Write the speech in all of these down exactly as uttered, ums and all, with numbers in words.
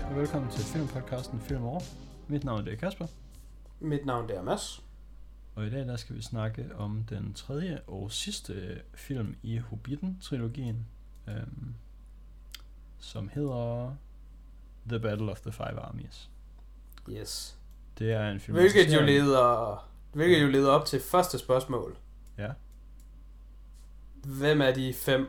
og velkommen til filmpodcasten Film Over. Mit navn det er Kasper. Mit navn det er Mads. Og i dag der skal vi snakke om den tredje og sidste film i Hobbiten-trilogien, øhm, som hedder The Battle of the Five Armies. Yes. Det er en film. Hvilket jo leder, hvilket jo leder op til første spørgsmål. Ja. Hvem er de fem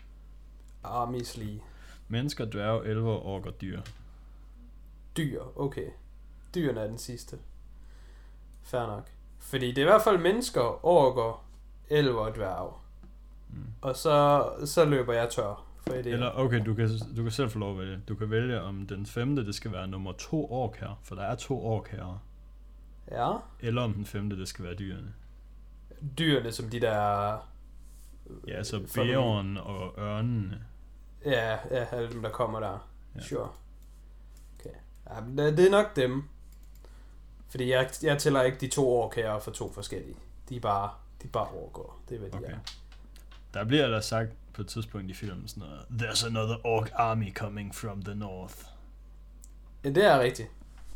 armies lige? Mennesker, dværge, elver, orker, dyr. Dyr, okay. Dyrene er den sidste. Fair nok. Fordi det er i hvert fald mennesker, orker, elver og dværge. Mm. Og så, så løber jeg tør for idéer. Eller okay, du kan, du kan selv få lov at vælge. Du kan vælge om den femte, det skal være nummer to ork her, for der er to ork her. Ja. Eller om den femte, det skal være dyrene. Dyrene som de der... Ja, altså bæren og ørnene. Ja, ja, alle dem der kommer der. Ja. Sure. Okay. Ja, men det, det er nok dem. Fordi jeg, jeg tæller ikke de to ork her for to forskellige. De er bare, de er bare orker. Det er hvad de okay. er. Der bliver der sagt på et tidspunkt i filmen sådan noget: There's another orc army coming from the north. Ja, det er rigtigt.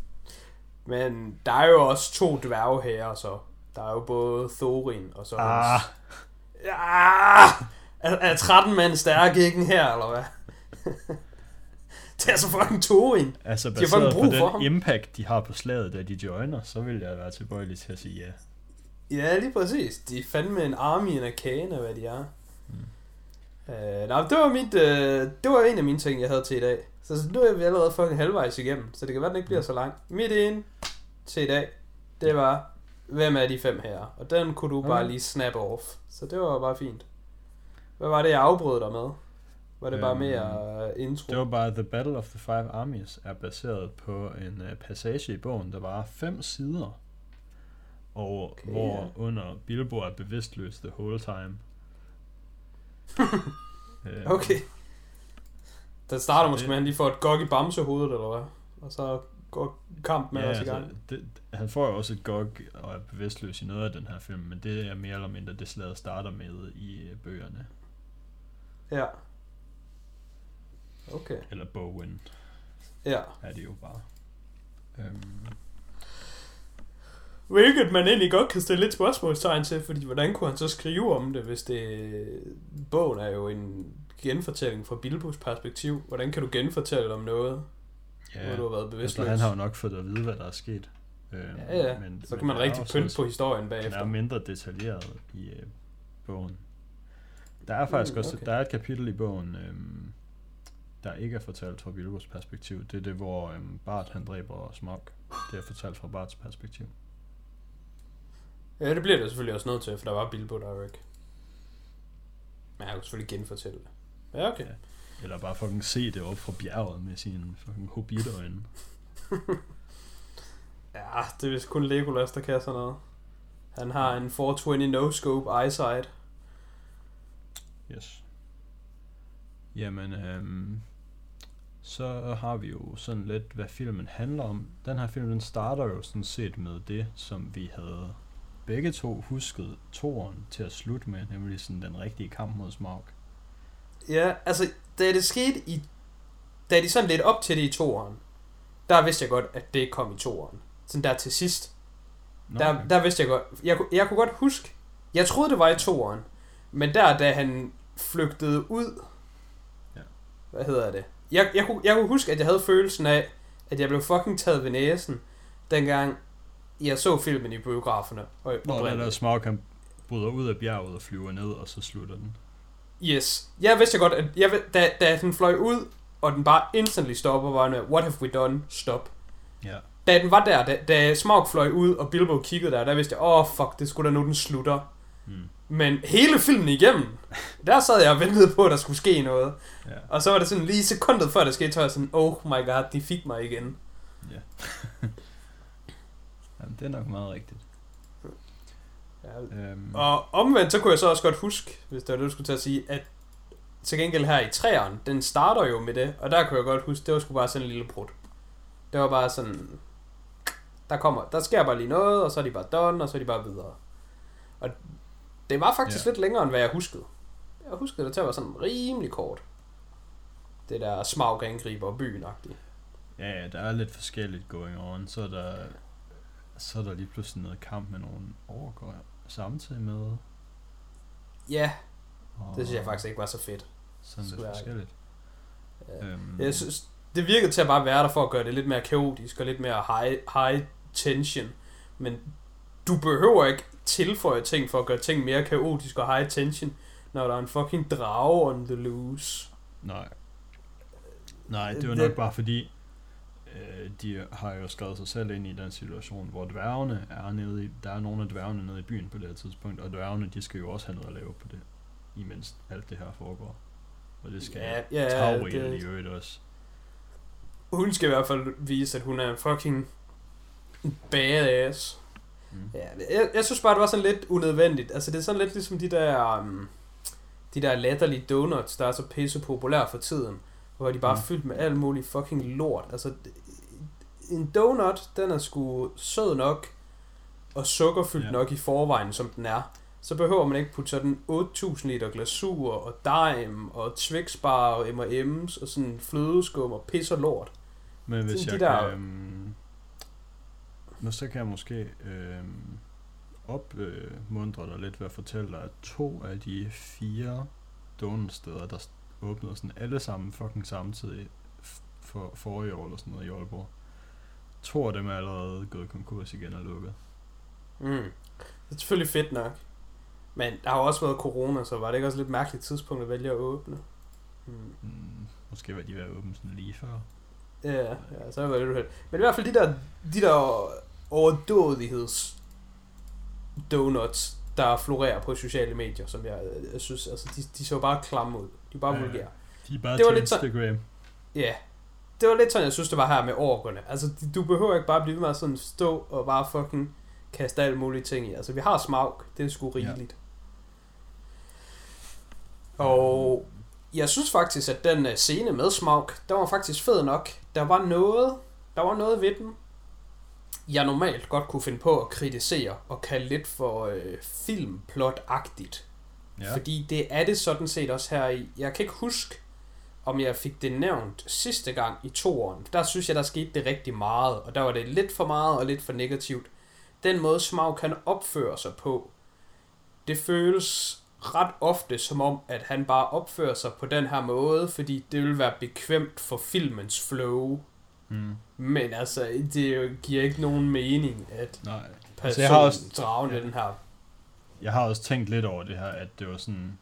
Men der er jo også to dværge her, så der er jo både Thorin og så ah. hans... Ja, er, er tretten mand stærk ikke her, eller hvad? Det er så fucking Thorin. Altså baseret på den impact, de har på slaget, da de joiner, så vil jeg være tilbøjelig til at sige ja. Ja, lige præcis. De er fandme en army en arcane, hvad de er. Mm. Uh, nej, det var mit, uh, det var en af mine ting, jeg havde til i dag. Så nu er vi allerede fucking halvvejs igennem, så det kan være, den ikke bliver så lang. Mit en til i dag, det var, hvem er de fem her? Og den kunne du okay. bare lige snap off. Så det var bare fint. Hvad var det, jeg afbrød dig med? Var det øhm, bare mere intro? Det var bare, The Battle of the Five Armies er baseret på en uh, passage i bogen, der var fem sider. Og okay, hvor ja. under Bilbo er bevidstløs the whole time. øhm, okay. Den starter måske det, med, at han lige får et gok i bamsehovedet, eller hvad? Og så går kamp med ja, os i gang. Altså, det, han får jo også et gok og er bevidstløs i noget af den her film, men det er mere eller mindre det slaget starter med i bøgerne. Ja. Okay. Eller bogen. Ja. Er det jo bare. Øhm. Hvilket man egentlig godt kan stille lidt spørgsmålstegn til, fordi hvordan kunne han så skrive om det, hvis det... Bogen er jo en genfortælling fra Bilbos perspektiv. Hvordan kan du genfortælle om noget, ja, hvor du har været bevidstløs? Altså, han har jo nok fået at vide, hvad der er sket. Øhm, ja, ja. Men, så kan man rigtig pynte på historien bagefter. Den er mindre detaljeret i øh, bogen. Der er faktisk mm, også okay. der er et kapitel i bogen, øhm, der ikke er fortalt fra Bilbos perspektiv. Det er det, hvor øhm, Bart han dræber Smaug. Det er fortalt fra Barts perspektiv. Ja, det bliver det selvfølgelig også nødt til, for der var Bilbo der jo ikke. Men jeg kan selvfølgelig genfortælle det. Ja, okay. Ja. Eller bare fucking se det op fra bjerget med sine fucking hobbitøjne. Ja, det er vist kun Legolas, der kan sådan noget. Han har en fire tyve no-scope eyesight. Yes. Jamen, øhm, så har vi jo sådan lidt, hvad filmen handler om. Den her film, den starter jo sådan set med det, som vi havde begge to husket toeren til at slutte med, nemlig sådan den rigtige kamp mod Smaug. Ja, altså, da det skete i... Da de sådan lidt op til det i toeren, der vidste jeg godt, at det kom i toeren. Sådan der til sidst. Nå, der, okay. der vidste jeg godt... Jeg, jeg kunne godt huske... Jeg troede, det var i toeren. Men der, da han flygtede ud... Ja. Hvad hedder det? Jeg, jeg, kunne, jeg kunne huske, at jeg havde følelsen af, at jeg blev fucking taget ved næsen, dengang jeg så filmen i biograferne. Og, og den der Smaug, han bryder ud af bjerget og flyver ned, og så slutter den. Yes. Jeg vidste godt, at jeg, da, da den fløj ud, og den bare instantly stopper, var den, what have we done? Stop. Ja. Da den var der, da, da Smaug fløj ud, og Bilbo kiggede der, der vidste jeg, åh oh, fuck, det skulle da nu, den slutter. Hmm. Men hele filmen igennem, der sad jeg og ventede på, at der skulle ske noget. Ja. Og så var det sådan lige sekundet før det skete, så var jeg sådan, oh my god, de fik mig igen. Ja. Jamen, det er nok meget rigtigt. Ja. Øhm. Og omvendt, så kunne jeg så også godt huske, hvis det var det, du skulle til at sige, at til gengæld her i træeren, den starter jo med det, og der kunne jeg godt huske, det var sgu bare sådan en lille brud. Det var bare sådan, der kommer, der sker bare lige noget, og så er de bare done, og så er de bare videre. Og det var faktisk ja. lidt længere, end hvad jeg huskede. Jeg huskede det til at være sådan rimelig kort. Det der Smaug angriber byen-agtigt. Ja, ja, der er lidt forskelligt going on. Så er der, så er der lige pludselig noget kamp med nogle overgår samtidig med. Ja, og det synes jeg faktisk ikke var så fedt. Sådan lidt forskelligt. Ja. Øhm. Jeg synes, det virkede til at bare være der for at gøre det lidt mere kaotisk og lidt mere high, high tension. Men du behøver ikke tilføje ting for at gøre ting mere kaotisk og high tension, når der er en fucking drage on the loose. Nej. Nej, det var det... nok bare fordi, øh, de har jo skrevet sig selv ind i den situation, hvor dværgene er nede i, der er nogle af dværgene nede i byen på det her tidspunkt, og dværgene, de skal jo også have noget at lave på det, imens alt det her foregår. Og det skal ja, ja, Tauriel i øvrigt også. Hun skal i hvert fald vise, at hun er en fucking badass. Mm. Ja, jeg, jeg synes bare, det var sådan lidt unødvendigt. Altså, det er sådan lidt ligesom de der, um, de der latterlige donuts, der er så pisse populære for tiden, hvor de bare er mm. fyldt med alt muligt fucking lort. Altså, en donut, den er sgu sød nok, og sukkerfyldt ja. nok i forvejen, som den er. Så behøver man ikke putte sådan otte tusind liter glasur, og Daim, og Twix-bar, og M og M's, og sådan flødeskum, og pis og lort. Men hvis sådan jeg de der... kan... Øhm, nu så kan jeg måske øhm, opmundre dig lidt ved at fortælle dig, at to af de fire donutsteder, der åbnede sådan alle sammen fucking samtidig for forrige år eller sådan noget i Aalborg. To af dem er allerede gået konkurs igen og lukket. Mm. Det er selvfølgelig fedt nok. Men der har jo også været corona, så var det ikke også lidt mærkeligt tidspunkt at vælge at åbne? Mm. Mm, måske var de ved at åbne sådan lige før. Ja, ja, så var det lidt uheldigt. Men i hvert fald de der, de der overdådigheds donuts, der florerer på sociale medier, som jeg, jeg synes, altså de, de så bare klamme ud. De er bare ja, vulgære. De er bare det var til Instagram. Sådan, ja, det var lidt sådan, jeg synes, det var her med orkerne. Altså, du behøver ikke bare blive ved med at sådan stå og bare fucking kaste alle mulige ting i. Altså, vi har Smaug, det er sgu rigeligt. Ja. Og jeg synes faktisk, at den scene med Smaug, der var faktisk fed nok. Der var noget, der var noget ved den, jeg normalt godt kunne finde på at kritisere og kalde lidt for øh, filmplot-agtigt. Ja. Fordi det er det sådan set også her i. Jeg kan ikke huske, om jeg fik det nævnt sidste gang i toeren. Der synes jeg, der skete det rigtig meget, og der var det lidt for meget og lidt for negativt. Den måde Smaug kan opføre sig på, det føles ret ofte som om, at han bare opfører sig på den her måde, fordi det vil være bekvemt for filmens flow. Mm. Men altså, det giver ikke nogen mening, at Nej. personen altså, jeg har også, dragen ja. den her. Jeg har også tænkt lidt over det her, at det var sådan,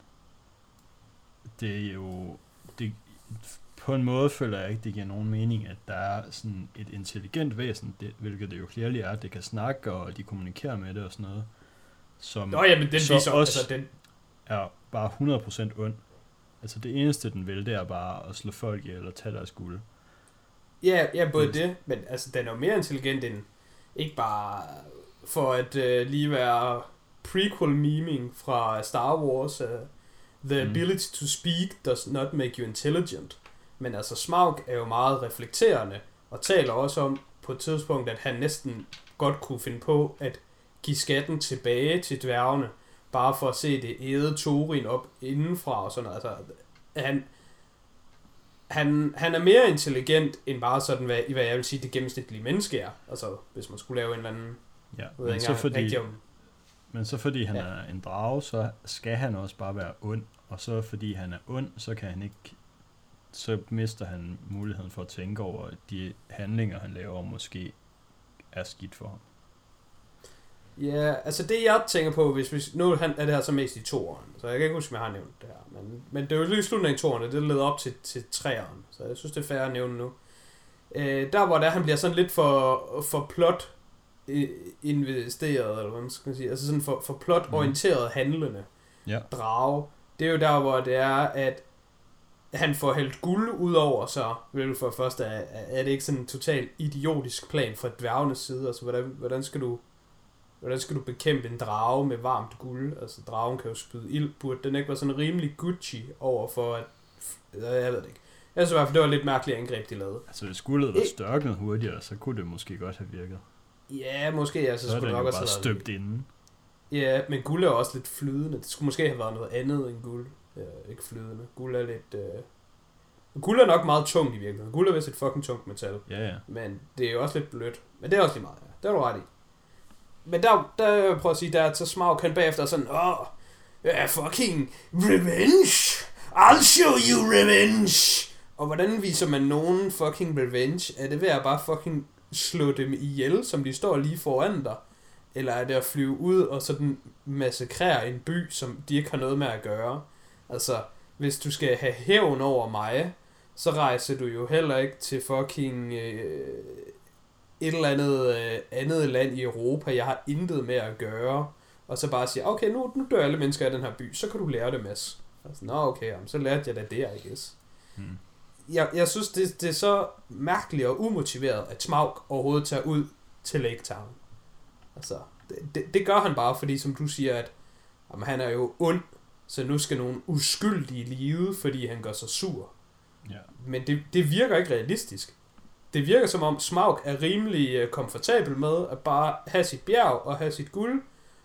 det er jo, det, på en måde føler jeg ikke, det giver nogen mening, at der er sådan et intelligent væsen, det, hvilket det jo clearly er, det kan snakke, og de kommunikerer med det og sådan noget, som Nå, ja, men den viser, også altså, den... er bare hundrede procent ond. Altså det eneste, den vil, det er bare at slå folk ihjel og tage deres guld. Ja, ja, både det, men altså, den er jo mere intelligent end, ikke bare for at uh, lige være prequel-meming fra Star Wars, uh, the mm. ability to speak does not make you intelligent. Men altså, Smaug er jo meget reflekterende, og taler også om på et tidspunkt, at han næsten godt kunne finde på at give skatten tilbage til dværgene, bare for at se det æde Thorin op indenfra og sådan noget. Altså, han, han, han er mere intelligent end bare sådan, hvad, hvad jeg vil sige, det gennemsnitlige menneske er. Altså, hvis man skulle lave en eller anden... Ja, men så, fordi, om, men så fordi han ja. er en drage, så skal han også bare være ond. Og så fordi han er ond, så kan han ikke... Så mister han muligheden for at tænke over, at de handlinger, han laver, måske er skidt for ham. Ja, altså det jeg tænker på, hvis vi, nu er det her så mest i toeren, så jeg kan ikke huske, om jeg har nævnt det her, men, men det er jo lige slutningen i toeren, det leder op til, til treeren, så jeg synes, det er fair at nævne nu. Øh, der hvor der han bliver sådan lidt for, for plot investeret, eller hvad man skal sige, altså sådan for, for plot-orienteret mm. handlende ja. drage, det er jo der, hvor det er, at han får hældt guld ud over sig, vel for først er, er det ikke sådan en total idiotisk plan fra dværgenes side, altså hvordan, hvordan skal du Hvordan skal du bekæmpe en drage med varmt guld? Altså, dragen kan jo spyde ild. Burde den ikke være sådan rimelig Gucci over for, at... Jeg ved det ikke. Jeg synes i hvert fald, det var lidt mærkeligt angreb, de lavede. Altså, hvis guldet var størknet hurtigere, så kunne det måske godt have virket. Ja, måske. Altså, så skulle er det den nok jo bare også støbt inden. Ja, men guld er også lidt flydende. Det skulle måske have været noget andet end guld. Ja, ikke flydende. Guld er lidt... Øh, Guld er nok meget tungt i virkeligheden. Guld er vist et fucking tungt metal. Ja, ja. Men det er jo også lidt blødt. Men det er også lige meget, ja. Det er du ret i. Men der, der prøver at sige, der er så Smaug kan bagefter sådan, åh, yeah, fucking revenge. I'll show you revenge. Og hvordan viser man nogen fucking revenge? Er det ved at bare fucking slå dem ihjel, som de står lige foran dig? Eller er det at flyve ud og sådan massakrere en by, som de ikke har noget med at gøre? Altså, hvis du skal have hævn over mig, så rejser du jo heller ikke til fucking øh, et eller andet øh, andet land i Europa, jeg har intet med at gøre, og så bare sige, okay, nu, nu dør alle mennesker i den her by, så kan du lære det, Mads. Altså, nå okay, jamen, så lærte jeg da det, I guess. Hmm. Jeg, jeg synes, det, det er så mærkeligt og umotiveret, at Smaug overhovedet tager ud til Lake Town. Altså, det, det, det gør han bare, fordi som du siger, at jamen, han er jo ond, så nu skal nogen uskyldige live, fordi han gør sig sur. Ja. Men det, det virker ikke realistisk. Det virker som om Smaug er rimelig komfortabel med at bare have sit bjerg og have sit guld,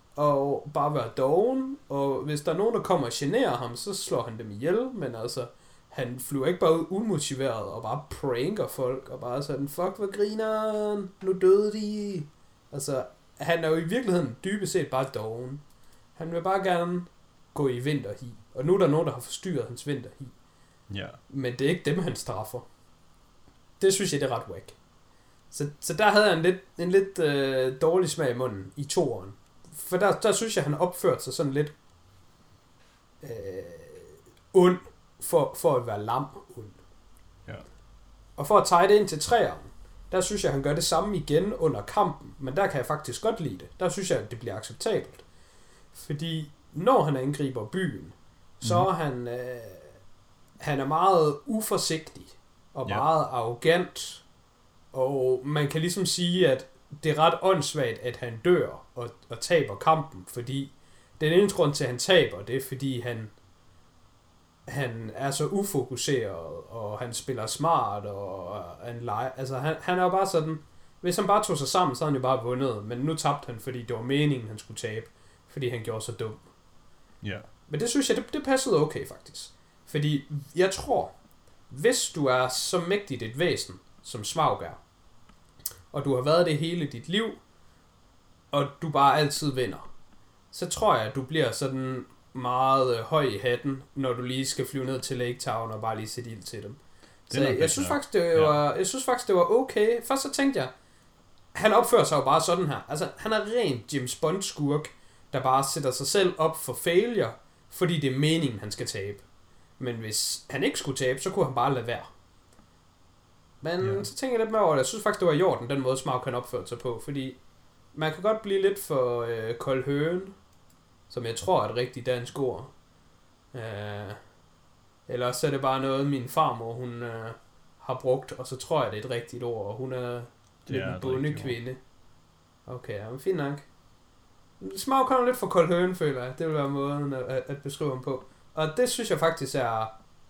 og bare være doven, og hvis der er nogen, der kommer og generer ham, så slår han dem ihjel, men altså, han flyver ikke bare ud umotiveret og bare pranker folk, og bare sådan, fuck, hvor grineren, nu døde de. Altså, han er jo i virkeligheden dybest set bare doven. Han vil bare gerne gå i vinterhi, og nu er der nogen, der har forstyrret hans vinterhi. Ja. Men det er ikke dem, han straffer. Det synes jeg, det er ret whack. Så, så der havde han en lidt, en lidt øh, dårlig smag i munden i toeren. For der, der synes jeg, han opførte sig sådan lidt øh, ond for, for at være lam ond. Ja. Og for at tage det ind til treeren, der synes jeg, han gør det samme igen under kampen. Men der kan jeg faktisk godt lide det. Der synes jeg, at det bliver acceptabelt. Fordi når han angriber byen, så mm. er han, øh, han er meget uforsigtig og ja. meget arrogant. Og man kan ligesom sige, at det er ret åndssvagt, at han dør og, og taber kampen, fordi den eneste grund til, at han taber, det er, fordi han, han er så ufokuseret, og han spiller smart, og han leger. Altså, han, han er jo bare sådan, hvis han bare tog sig sammen, så havde han jo bare vundet, men nu tabte han, fordi det var meningen, han skulle tabe, fordi han gjorde sig dum. Ja. Men det synes jeg, det, det passede okay, faktisk. Fordi jeg tror, hvis du er så mægtigt et væsen, som Smaug er, og du har været det hele dit liv, og du bare altid vinder, så tror jeg, at du bliver sådan meget øh, høj i hatten, når du lige skal flyve ned til Lake Town og bare lige sætte ild til dem. Så jeg, jeg synes faktisk, det var, ja. jeg synes faktisk, det var okay. Først så tænkte jeg, han opfører sig jo bare sådan her. Altså, han er rent James Bond-skurk, der bare sætter sig selv op for failure, fordi det er meningen, han skal tabe. Men hvis han ikke skulle tabe, så kunne han bare lade være. Men ja. Så tænker jeg lidt mere over det. Jeg synes faktisk, det var i orden, den måde Smaug kan opføre sig på. Fordi man kan godt blive lidt for øh, kold høen, som jeg tror er et rigtigt dansk ord. Øh, eller så er det bare noget, min farmor hun øh, har brugt, og så tror jeg, det er et rigtigt ord, og hun er lidt en bondekvinde. Okay, ja, men fint nok. Smaug kommer lidt for kold høen, føler jeg. Det vil være måden at, at beskrive ham på. Og det synes jeg faktisk er...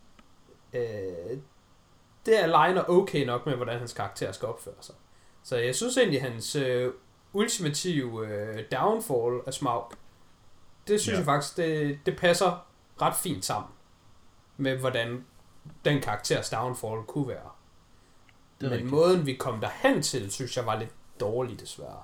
Øh, det aligner okay nok med, hvordan hans karakter skal opføre sig. Så jeg synes egentlig, hans øh, ultimative øh, downfall af Smaug, det synes ja. jeg faktisk, det, det passer ret fint sammen med, hvordan den karakters downfall kunne være. Men rigtigt. Måden, vi kom derhen til, synes jeg var lidt dårlig, desværre.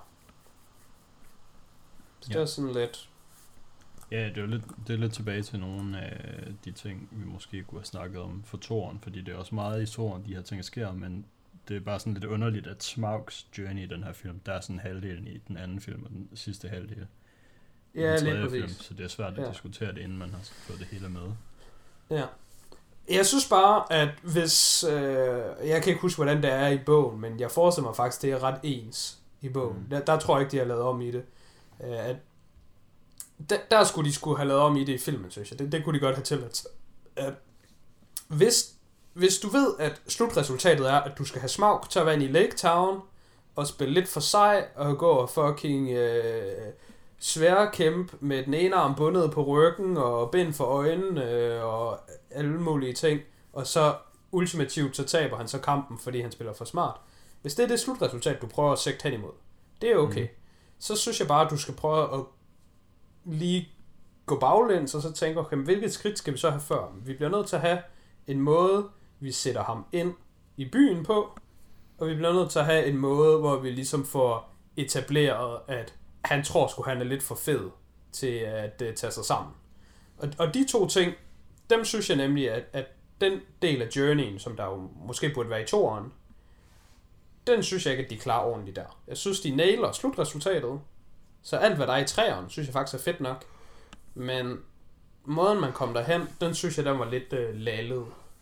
Så ja. det er sådan lidt... Ja, det er lidt, det er lidt tilbage til nogle af de ting, vi måske kunne have snakket om for toren, fordi det er også meget i toren, de her ting sker, men det er bare sådan lidt underligt, at Smaugs journey i den her film, der er sådan halvdelen i den anden film, og den sidste halvdel i ja, den tredje film, præcis. så det er svært at ja. diskutere det, inden man har fået det hele med. Ja. Jeg synes bare, at hvis... Øh, jeg kan ikke huske, hvordan det er i bogen, men jeg forestiller mig faktisk, det er ret ens i bogen. Mm. Der, der tror jeg ikke, de har lavet om i det. At Der, der skulle de skulle have lavet om i det i filmen, synes jeg. Det, det kunne de godt have tilladt. At hvis, hvis du ved, at slutresultatet er, at du skal have Smaug til at være inde i Lake Town, og spille lidt for sig, og gå og fucking øh, sværkæmpe med den ene arm bundet på ryggen, og bind for øjnene, øh, og alle mulige ting, og så ultimativt, så taber han så kampen, fordi han spiller for smart. Hvis det er det slutresultat, du prøver at sætte hen imod, det er okay. Mm. Så synes jeg bare, at du skal prøve at lige gå baglæns, og så tænke, okay, hvilket skridt skal vi så have før? Vi bliver nødt til at have en måde, vi sætter ham ind i byen på, og vi bliver nødt til at have en måde, hvor vi ligesom får etableret, at han tror sgu, han er lidt for fed til at uh, tage sig sammen. Og, og de to ting, dem synes jeg nemlig, at, at den del af journeyen, som der jo måske burde være i toeren, den synes jeg ikke, at de klarer ordentligt der. Jeg synes, de nailer slutresultatet. Så alt, hvad der er i treeren, synes jeg faktisk er fedt nok. Men måden, man kom derhen, den synes jeg, den var lidt øh, lallet.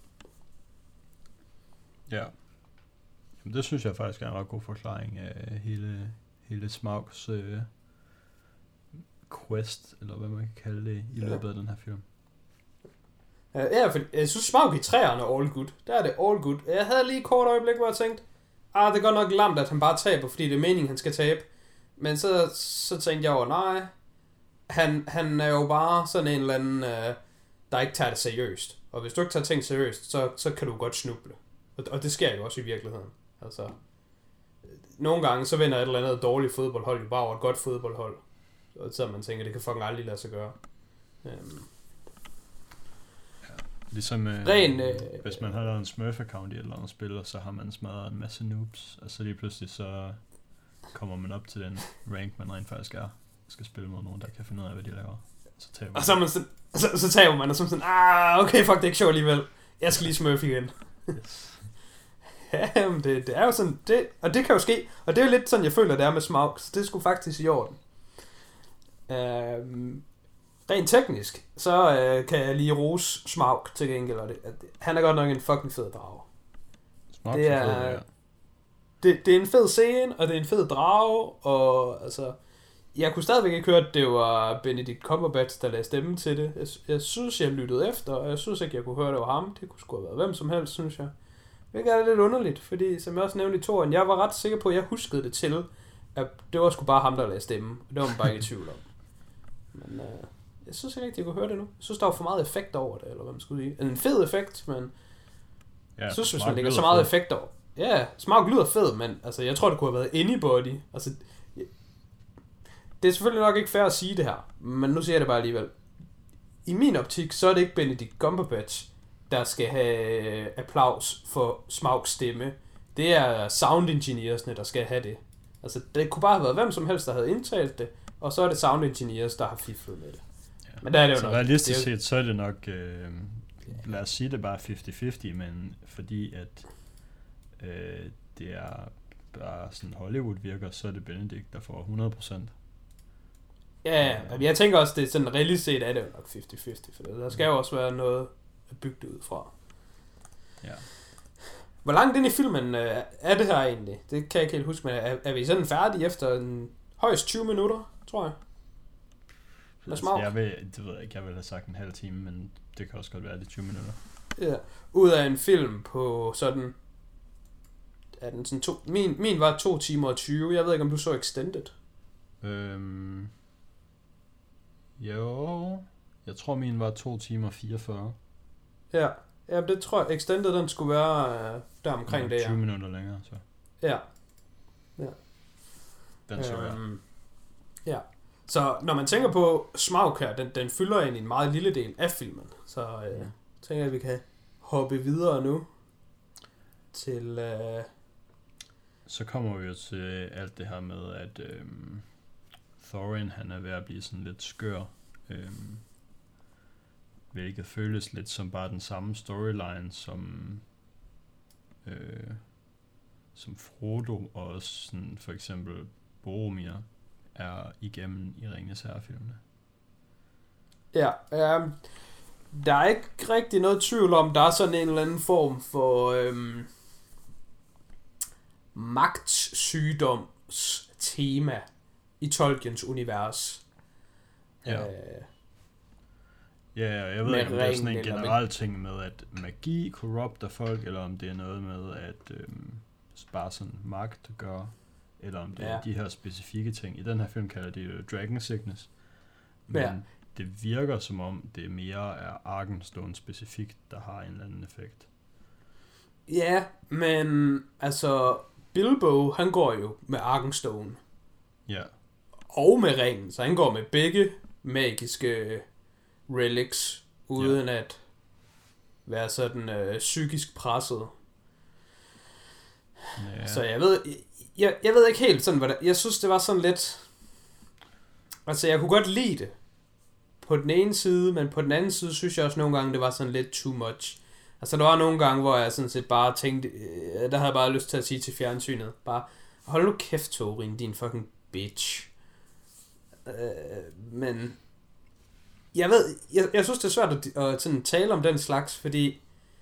Ja. Jamen, det synes jeg faktisk er en ret god forklaring af hele, hele Smaugs øh, quest, eller hvad man kan kalde det, i løbet af den her film. Ja, for jeg synes, Smaug i treeren er all good. Der er det all good. Jeg havde lige et kort øjeblik, hvor jeg tænkte, ah, det er godt nok lamt, at han bare taber, fordi det er meningen, han skal tabe. Men så, så tænkte jeg over, nej, han, han er jo bare sådan en eller anden, øh, der ikke tager det seriøst. Og hvis du ikke tager ting seriøst, så, så kan du godt snuble. Og, og det sker jo også i virkeligheden. Altså, nogle gange, så vinder et eller andet dårligt fodboldhold jo bare over et godt fodboldhold. Og så man tænker, det kan fucking aldrig lade sig gøre. Um, Ligesom øh, Ren, øh, hvis man har lavet en Smurf-account i et eller andet spil, og så har man smadret en masse noobs, og så lige pludselig så kommer man op til den rank, man rent faktisk er, og skal spille mod nogen, der kan finde ud af, hvad de laver. Så taber man. Og så, er man sådan, så, så taber man, og så sådan, ah, okay, fuck, det er ikke sjovt alligevel. Jeg skal lige Smurf igen. Yes. Ja, men det, det er jo sådan, det, og det kan jo ske, og det er jo lidt sådan, jeg føler, det er med Smaug, så det er sgu faktisk i orden. Øhm, rent teknisk, så øh, kan jeg lige rose Smaug til gengæld, og det, at han er godt nok en fucking fed drage. Smaug det er, fed, ja. det, det er en fed scene, og det er en fed drage, og altså, jeg kunne stadigvæk ikke høre, at det var Benedict Cumberbatch, der lagde stemme til det. Jeg, jeg synes, jeg lyttede efter, og jeg synes ikke, jeg kunne høre, at det var ham. Det kunne sgu have været hvem som helst, synes jeg. Det er lidt underligt, fordi som jeg også nævnte i toren, jeg var ret sikker på, at jeg huskede det til, at det var sgu bare ham, der lagde stemme. Og det var man bare ikke i tvivl om. Men øh, jeg synes ikke rigtig, jeg kunne høre det nu. Jeg synes, der var for meget effekt over det, eller hvad man skulle sige. En fed effekt, men ja, jeg synes, hvis man lægger så meget fed. effekt over. Ja, Smaug lyder fed, men altså, jeg tror, det kunne have været anybody. Altså, det er selvfølgelig nok ikke fair at sige det her, men nu siger jeg det bare alligevel. I min optik, så er det ikke Benedict Cumberbatch, der skal have applaus for Smaugs stemme. Det er sound engineersne, der skal have det. Altså, det kunne bare have været hvem som helst, der havde indtalt det, og så er det sound engineers, der har fiflet med det. Ja. Men der er det jo så nok. realistisk set, så er det nok, øh, lad os sige det bare halvtreds halvtreds, men fordi at øh, det er bare sådan Hollywood virker, så er det Benedict, der får hundrede procent. Ja, ja, jeg tænker også, det er sådan reelt set er det jo nok halvtreds halvtreds, for der skal jo også være noget at bygge det ud fra. Ja. Hvor langt ind i filmen øh, er det her egentlig? Det kan jeg ikke helt huske, men er, er vi sådan færdige efter en højst tyve minutter, tror jeg? Med Smaug? Jeg ved, det ved jeg ikke, jeg ville have sagt en halv time, men det kan også godt være det tyve minutter. Ja, ud af en film på sådan, er den sådan to, min, min var to timer og tyve, jeg ved ikke, om du så Extended? Øhm, jo, jeg tror min var to timer fireogfyrre. Ja, ja, det tror jeg, Extended den skulle være øh, der omkring ja, det, ja. tyve minutter længere, så. Ja. Ja. Den så jeg. Øhm, ja. Så når man tænker på Smaug her, den, den fylder egentlig en meget lille del af filmen. Så øh, ja. tænker jeg, at vi kan hoppe videre nu til... Øh... Så kommer vi jo til alt det her med, at øh, Thorin, han er ved at blive sådan lidt skør. Øh, hvilket føles lidt som bare den samme storyline, som... Øh, som Frodo og også sådan for eksempel Boromir er igennem i Ringenes Herre-filmene. Ja, øh, der er ikke rigtig noget tvivl om, der er sådan en eller anden form for øh, magtssygdoms tema i Tolkiens univers. Ja. Øh, Ja, jeg ved ikke, om det er sådan en generel ting med, at magi corrupter folk, eller om det er noget med, at øhm, bare sådan magt gør, eller om det ja. er de her specifikke ting. I den her film kalder det jo Dragon Sickness. Men ja. det virker som om, det mere er Arkenstone specifikt, der har en eller anden effekt. Ja, men altså, Bilbo, han går jo med Arkenstone. Ja. Og med ringen, så han går med begge magiske relics, uden ja. at være sådan øh, psykisk presset. Ja. Så jeg ved, jeg, jeg ved ikke helt sådan, hvad det, jeg synes, det var sådan lidt, altså jeg kunne godt lide det på den ene side, men på den anden side synes jeg også nogle gange, det var sådan lidt too much. Altså der var nogle gange, hvor jeg sådan set bare tænkte, øh, der havde jeg bare lyst til at sige til fjernsynet, bare, hold nu kæft, Torin, din fucking bitch. Øh, men jeg ved, jeg, jeg synes, det er svært at, at sådan tale om den slags, fordi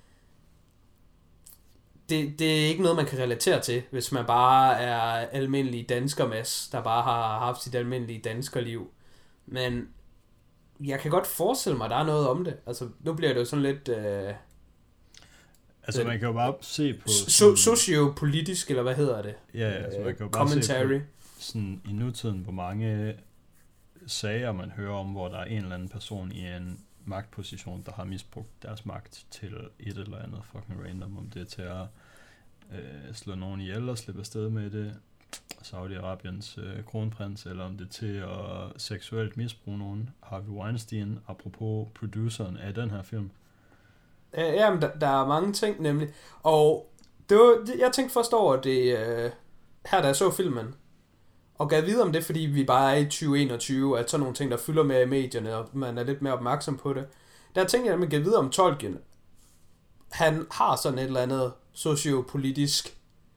det, det er ikke noget, man kan relatere til, hvis man bare er almindelig danskermas, der bare har haft sit almindelige danskerliv. Men jeg kan godt forestille mig, at der er noget om det. Altså, nu bliver det jo sådan lidt... Øh, altså, man kan jo bare se på... So- sociopolitisk, eller hvad hedder det? Ja, ja, altså, man kan jo bare commentary. se på sådan, i nutiden, hvor mange sager man hører om, hvor der er en eller anden person i en magtposition, der har misbrugt deres magt til et eller andet fucking random, om det er til at øh, slå nogen ihjel og slippe afsted med det, Saudi-Arabiens øh, kronprins, eller om det er til at seksuelt misbruge nogen, Harvey Weinstein, apropos produceren af den her film. Jamen, der, der er mange ting nemlig, og det var, jeg tænkte først over det, øh, her da jeg så filmen, og gav videre om det, fordi vi bare er i tyve enogtyve, at sådan nogle ting, der fylder med i medierne, og man er lidt mere opmærksom på det. Der tænkte jeg, at man gav videre om Tolkien. Han har sådan et eller andet sociopolitisk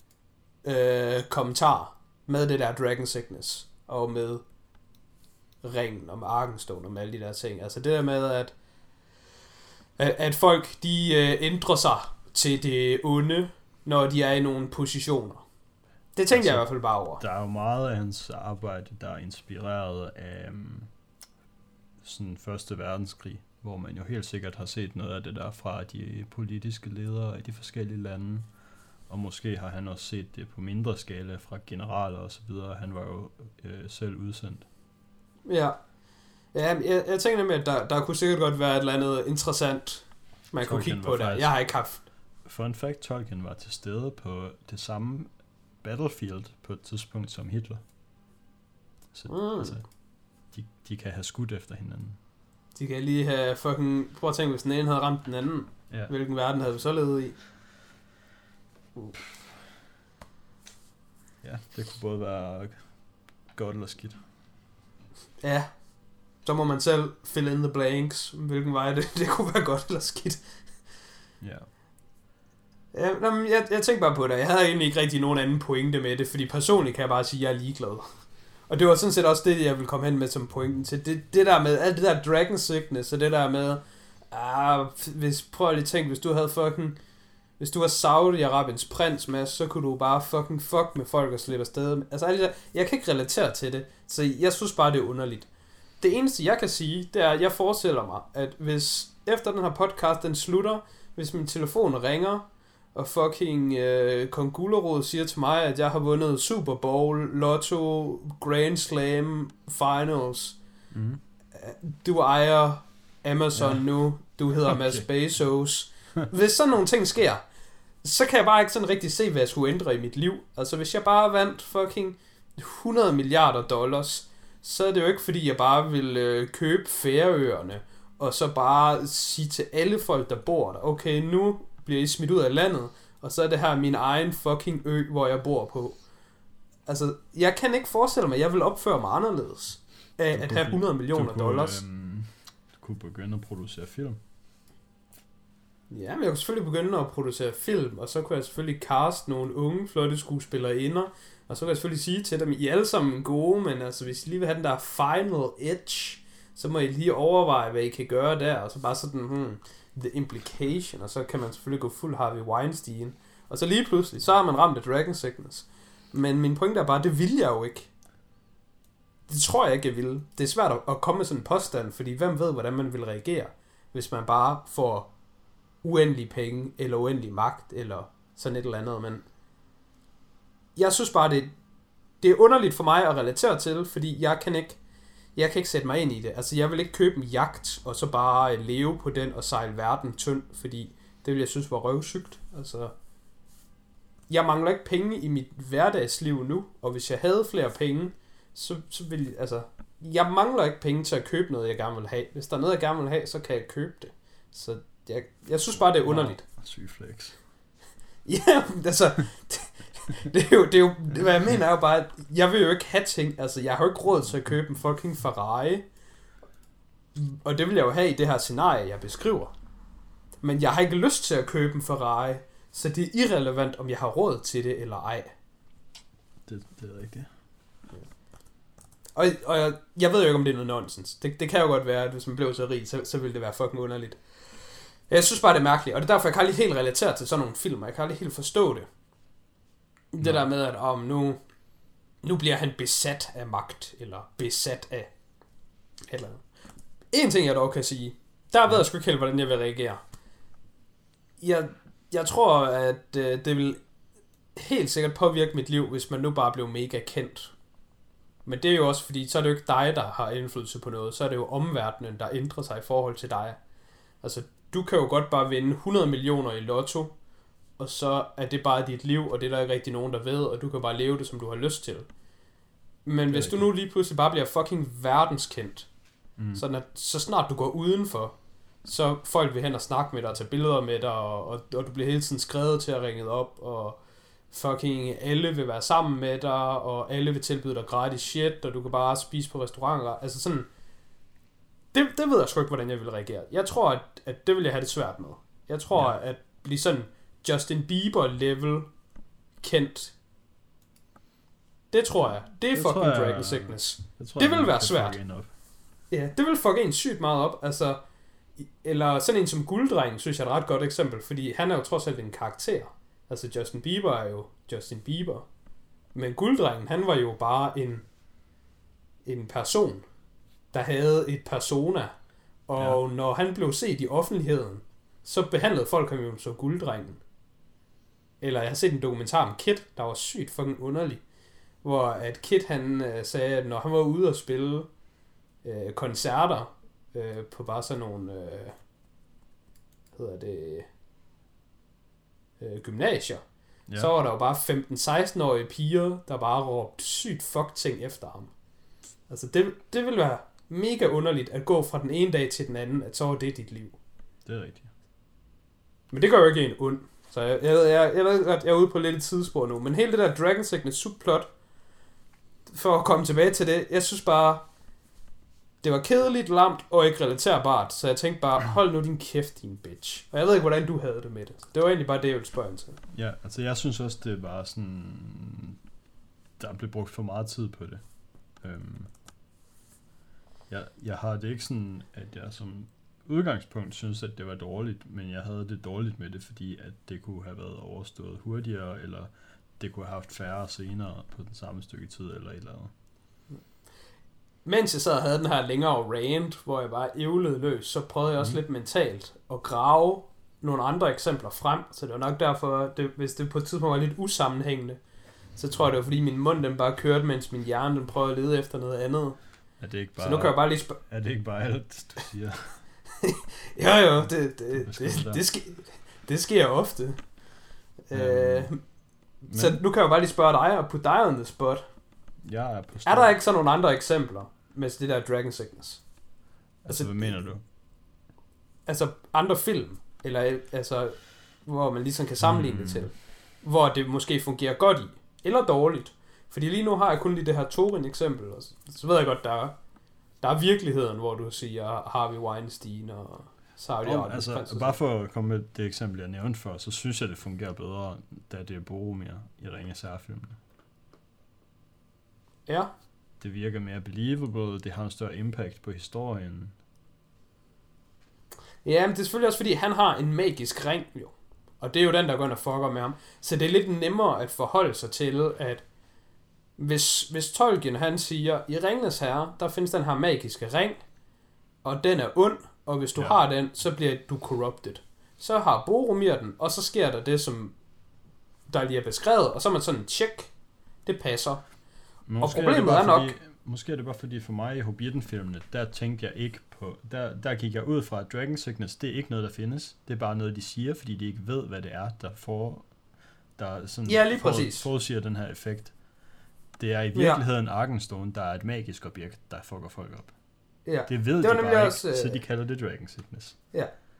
øh, kommentar med det der Dragon Sickness, og med ringen, og med Arkenstone, og med alle de der ting. Altså det der med, at, at, at folk, de øh, ændrer sig til det onde, når de er i nogle positioner. Det tænkte altså, jeg i hvert fald bare over. Der er jo meget af hans arbejde, der er inspireret af um, sådan første verdenskrig, hvor man jo helt sikkert har set noget af det der fra de politiske ledere i de forskellige lande, og måske har han også set det på mindre skala fra generaler og så videre. Han var jo øh, selv udsendt. Ja, ja jeg, jeg tænker nemlig, at der, der kunne sikkert godt være et eller andet interessant, man Tolkien kunne kigge på der. Jeg har ikke haft. Fun fact, Tolkien var til stede på det samme battlefield på et tidspunkt som Hitler. Så mm. altså, de, de kan have skudt efter hinanden. De kan lige have fucking... Prøv at tænke, hvis den ene havde ramt den anden. Ja. Hvilken verden havde vi så levet i? Uh. Ja, det kunne både være godt eller skidt. Ja. Så må man selv fill in the blanks. Hvilken vej det, det kunne være godt eller skidt. Ja. Ja, jeg, jeg tænkte bare på det. Jeg havde egentlig ikke rigtig nogen anden pointe med det, fordi personligt kan jeg bare sige, at jeg er ligeglad. Og det var sådan set også det, jeg ville komme hen med som pointen til. Det, det der med, alt det der Dragon Sickness, og det der med, ah, hvis, prøv lige at tænke, hvis du havde fucking, hvis du var Saudi-Arabiens prins, Mads, så kunne du bare fucking fuck med folk og slippe afsted. Altså alt det der, jeg kan ikke relatere til det, så jeg synes bare, det er underligt. Det eneste, jeg kan sige, det er, at jeg forestiller mig, at hvis efter den her podcast, den slutter, hvis min telefon ringer, og fucking øh, Kong Gulerod siger til mig, at jeg har vundet Super Bowl, Lotto, Grand Slam, Finals. Mm. Du ejer Amazon ja. nu. Du hedder okay. Mads Bezos. Hvis sådan nogle ting sker, så kan jeg bare ikke sådan rigtig se, hvad jeg skulle ændre i mit liv. Altså hvis jeg bare vandt fucking hundrede milliarder dollars, så er det jo ikke fordi, jeg bare vil øh, købe Færøerne, og så bare sige til alle folk, der bor der, okay, nu bliver I smidt ud af landet, og så er det her min egen fucking ø, hvor jeg bor på. Altså, jeg kan ikke forestille mig, at jeg vil opføre mig anderledes af at have hundrede millioner kunne, dollars. Øhm, du kunne begynde at producere film. Ja, men jeg kunne selvfølgelig begynde at producere film, og så kunne jeg selvfølgelig cast nogle unge, flotte skuespillere inder, og så kunne jeg selvfølgelig sige til dem, I er alle sammen gode, men altså, hvis I lige vil have den der final edge, så må I lige overveje, hvad I kan gøre der, og så bare sådan, hmm, the implication, og så kan man selvfølgelig gå fuld Harvey Weinstein, og så lige pludselig, så har man ramt af Dragon Sickness. Men min pointe er bare, det vil jeg jo ikke. Det tror jeg ikke, jeg vil. Det er svært at komme med sådan en påstand, fordi hvem ved, hvordan man vil reagere, hvis man bare får uendelige penge, eller uendelig magt, eller sådan et eller andet, men jeg synes bare, det, det er underligt for mig at relatere til, fordi jeg kan ikke Jeg kan ikke sætte mig ind i det. Altså, jeg vil ikke købe en jagt, og så bare leve på den og sejle verden tynd, fordi det vil jeg synes var røvsygt. Altså, jeg mangler ikke penge i mit hverdagsliv nu, og hvis jeg havde flere penge, så, så vil altså, jeg mangler ikke penge til at købe noget, jeg gerne vil have. Hvis der er noget, jeg gerne vil have, så kan jeg købe det. Så jeg, jeg synes bare, det er underligt. Wow, syg flex. Ja, altså, det, det er jo, det er jo, det, hvad jeg mener er jo bare, at jeg vil jo ikke have ting, altså, jeg har jo ikke råd til at købe en fucking Ferrari, og det vil jeg jo have i det her scenarie, jeg beskriver. Men jeg har ikke lyst til at købe en Ferrari, så det er irrelevant, om jeg har råd til det eller ej. Det, det er rigtigt. Og, og jeg, jeg ved jo ikke, om det er noget nonsens. Det, det kan jo godt være, at hvis man blev så rig, så, så ville det være fucking underligt. Jeg synes bare, det er mærkeligt, og det er derfor, jeg kan aldrig helt relatere til sådan nogle filmer. Jeg kan aldrig helt forstå det. Det Nej. der med, at om nu, nu bliver han besat af magt, eller besat af eller en ting, jeg dog kan sige, der ved jeg sgu ikke helt, hvordan jeg vil reagere. Jeg, jeg tror, at øh, det vil helt sikkert påvirke mit liv, hvis man nu bare blev mega kendt. Men det er jo også, fordi så er det jo ikke dig, der har indflydelse på noget, så er det jo omverdenen, der ændrer sig i forhold til dig. Altså, du kan jo godt bare vinde hundrede millioner i lotto, og så er det bare dit liv, og det er der ikke rigtig nogen, der ved, og du kan bare leve det, som du har lyst til. Men hvis du nu lige pludselig bare bliver fucking verdenskendt, mm. sådan at så snart du går udenfor, så folk vil hen og snakke med dig, og tage billeder med dig, og, og, og du bliver hele tiden skrevet til at ringe op, og fucking alle vil være sammen med dig, og alle vil tilbyde dig gratis shit, og du kan bare spise på restauranter. Altså sådan, det, det ved jeg sgu ikke, hvordan jeg vil reagere. Jeg tror, at, at det vil jeg have det svært med. Jeg tror, ja. at blive sådan Justin Bieber-level kendt, det tror jeg. Det er det fucking jeg, Dragon Sickness. Det, det vil være svært. Ja, det vil fuck en sygt meget op. Altså, eller sådan en som Gulddrengen, synes jeg er et ret godt eksempel, fordi han er jo trods alt en karakter. Altså Justin Bieber er jo Justin Bieber. Men Gulddrengen, han var jo bare en en person, der havde et persona. Og ja. når han blev set i offentligheden, så behandlede folk ham jo som Gulddrengen. Eller jeg har set en dokumentar om Kid, der var sygt fucking underlig. Hvor at Kid han øh, sagde, at når han var ude og spille øh, koncerter øh, på bare sådan nogle øh, hedder det øh, gymnasier, ja. så var der jo bare femten-seksten-årige piger, der bare råbte sygt fuck ting efter ham. Altså det, det ville være mega underligt at gå fra den ene dag til den anden, at så var det dit liv. Det er rigtigt. Men det gør jo ikke en ond. Så jeg, jeg, jeg, jeg ved godt, jeg er ude på lidt et tidsspor nu, men hele det der Dragon Sickness subplot, for at komme tilbage til det, jeg synes bare, det var kedeligt, lamt og ikke relaterbart, så jeg tænkte bare, hold nu din kæft, din bitch. Og jeg ved ikke, hvordan du havde det med det. Det var egentlig bare det, jeg ville spørge til. Ja, altså jeg synes også, det var sådan, der blev brugt for meget tid på det. Øhm, jeg, jeg har det ikke sådan, at jeg som udgangspunkt synes, at det var dårligt, men jeg havde det dårligt med det, fordi at det kunne have været overstået hurtigere, eller det kunne have haft færre senere på den samme stykke tid, eller et eller andet. Mens jeg sad og havde den her længere rant, hvor jeg bare ævlede løs, så prøvede jeg også mm. lidt mentalt at grave nogle andre eksempler frem, så det var nok derfor, det, hvis det på et tidspunkt var lidt usammenhængende, så tror jeg, det var fordi min mund den bare kørte, mens min hjerne den prøvede at lede efter noget andet. Er det ikke bare, så nu kan jeg bare lige spørge... Er det ikke bare alt, du siger? jo jo, det, det, det, det, det, sker, det sker ofte. Mm. Øh, så nu kan jeg bare lige spørge dig og putte dig on the spot. Jeg er, på er der ikke sådan nogle andre eksempler med det der Dragon Sickness? Altså, altså hvad mener du? Altså andre film, eller altså, hvor man ligesom kan sammenligne mm. det til, hvor det måske fungerer godt i, eller dårligt. Fordi lige nu har jeg kun lige det her Thorin-eksempel, og så, så ved jeg godt, der er, der er virkeligheden, hvor du siger Harvey Weinstein og Saudi oh, altså, bare for at komme med det eksempel, jeg nævnte før, så synes jeg, det fungerer bedre, da det er Boromir i Ringenes Herre-filmene. Ja. Det virker mere believable, det har en større impact på historien. Ja, men det er selvfølgelig også, fordi han har en magisk ring, jo. Og det er jo den, der går ind og fucker med ham. Så det er lidt nemmere at forholde sig til, at hvis, hvis Tolkien han siger, i Ringenes Herre, der findes den her magiske ring, og den er ond, og hvis du ja. har den, så bliver du corrupted. Så har Boromir den, og så sker der det, som der lige er beskrevet, og så er man sådan, tjek, det passer. Måske og problemet er, er nok... Fordi, måske er det bare fordi for mig i Hobbiten-filmene, der tænkte jeg ikke på... Der, der gik jeg ud fra, at Dragon Sickness, det er ikke noget, der findes. Det er bare noget, de siger, fordi de ikke ved, hvad det er, der får... Der sådan ja, lige præcis. For, forudsiger den her effekt. Det er i virkeligheden ja. Arkenstone, der er et magisk objekt, der fucker folk op. Ja. Det ved det de bare også, ikke, så de kalder det Dragon Sickness. Ja,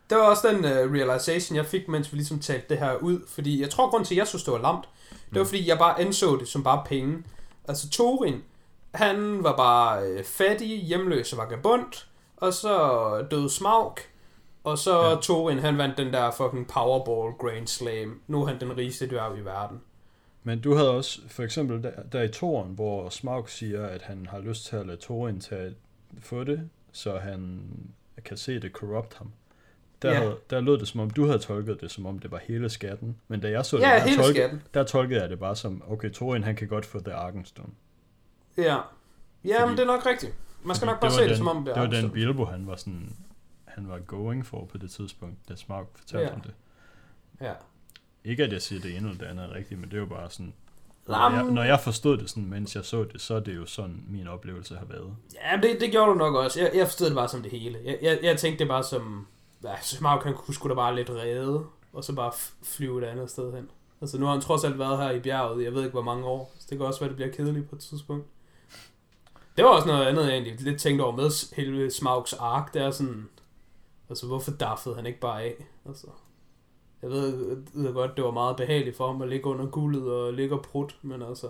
det var også den uh, realization, jeg fik, mens vi ligesom talte det her ud. Fordi jeg tror, grund til, at jeg synes, det var lamt, det var, mm. fordi jeg bare anså det som bare penge. Altså, Thorin, han var bare øh, fattig, hjemløs og vagabond, og så døde Smaug, og så ja. Thorin, han vandt den der fucking Powerball Grand Slam. Nu er han den rigeste dværg i verden. Men du havde også, for eksempel der, der i toren, hvor Smaug siger, at han har lyst til at lade Thorin tage få det, så han kan se det corrupt ham. Der, ja. havde, der lød det som om, du havde tolket det som om, det var hele skatten. Men da jeg så det, ja, der, hele tolkede, skatten. der tolkede jeg det bare som, okay, Thorin, han kan godt få The Arkenstone. Ja, ja fordi, men det er nok rigtigt. Man skal nok bare se den, det som om, det er Det var den Bilbo, han var sådan, han var going for på det tidspunkt, da Smaug fortalte ja. om det. Ja. Ikke at jeg siger, det ene eller det andet er rigtigt, men det er jo bare sådan, når jeg, når jeg forstod det sådan, mens jeg så det, så er det jo sådan, min oplevelse har været. Ja, det, det gjorde du nok også. Jeg, jeg forstod det bare som det hele. Jeg, jeg, jeg tænkte det bare som, ja, Smaug kan kunne sgu da bare lidt redde, og så bare flyve et andet sted hen. Altså nu har han trods alt været her i bjerget, jeg ved ikke hvor mange år, så det kan også være, det bliver kedeligt på et tidspunkt. Det var også noget andet, jeg egentlig lidt tænkte over med hele Smaugs ark. Det er sådan, altså hvorfor daffede han ikke bare af? Altså, jeg ved, jeg ved godt, det var meget behageligt for ham at ligge under guldet og ligge og prut, men altså,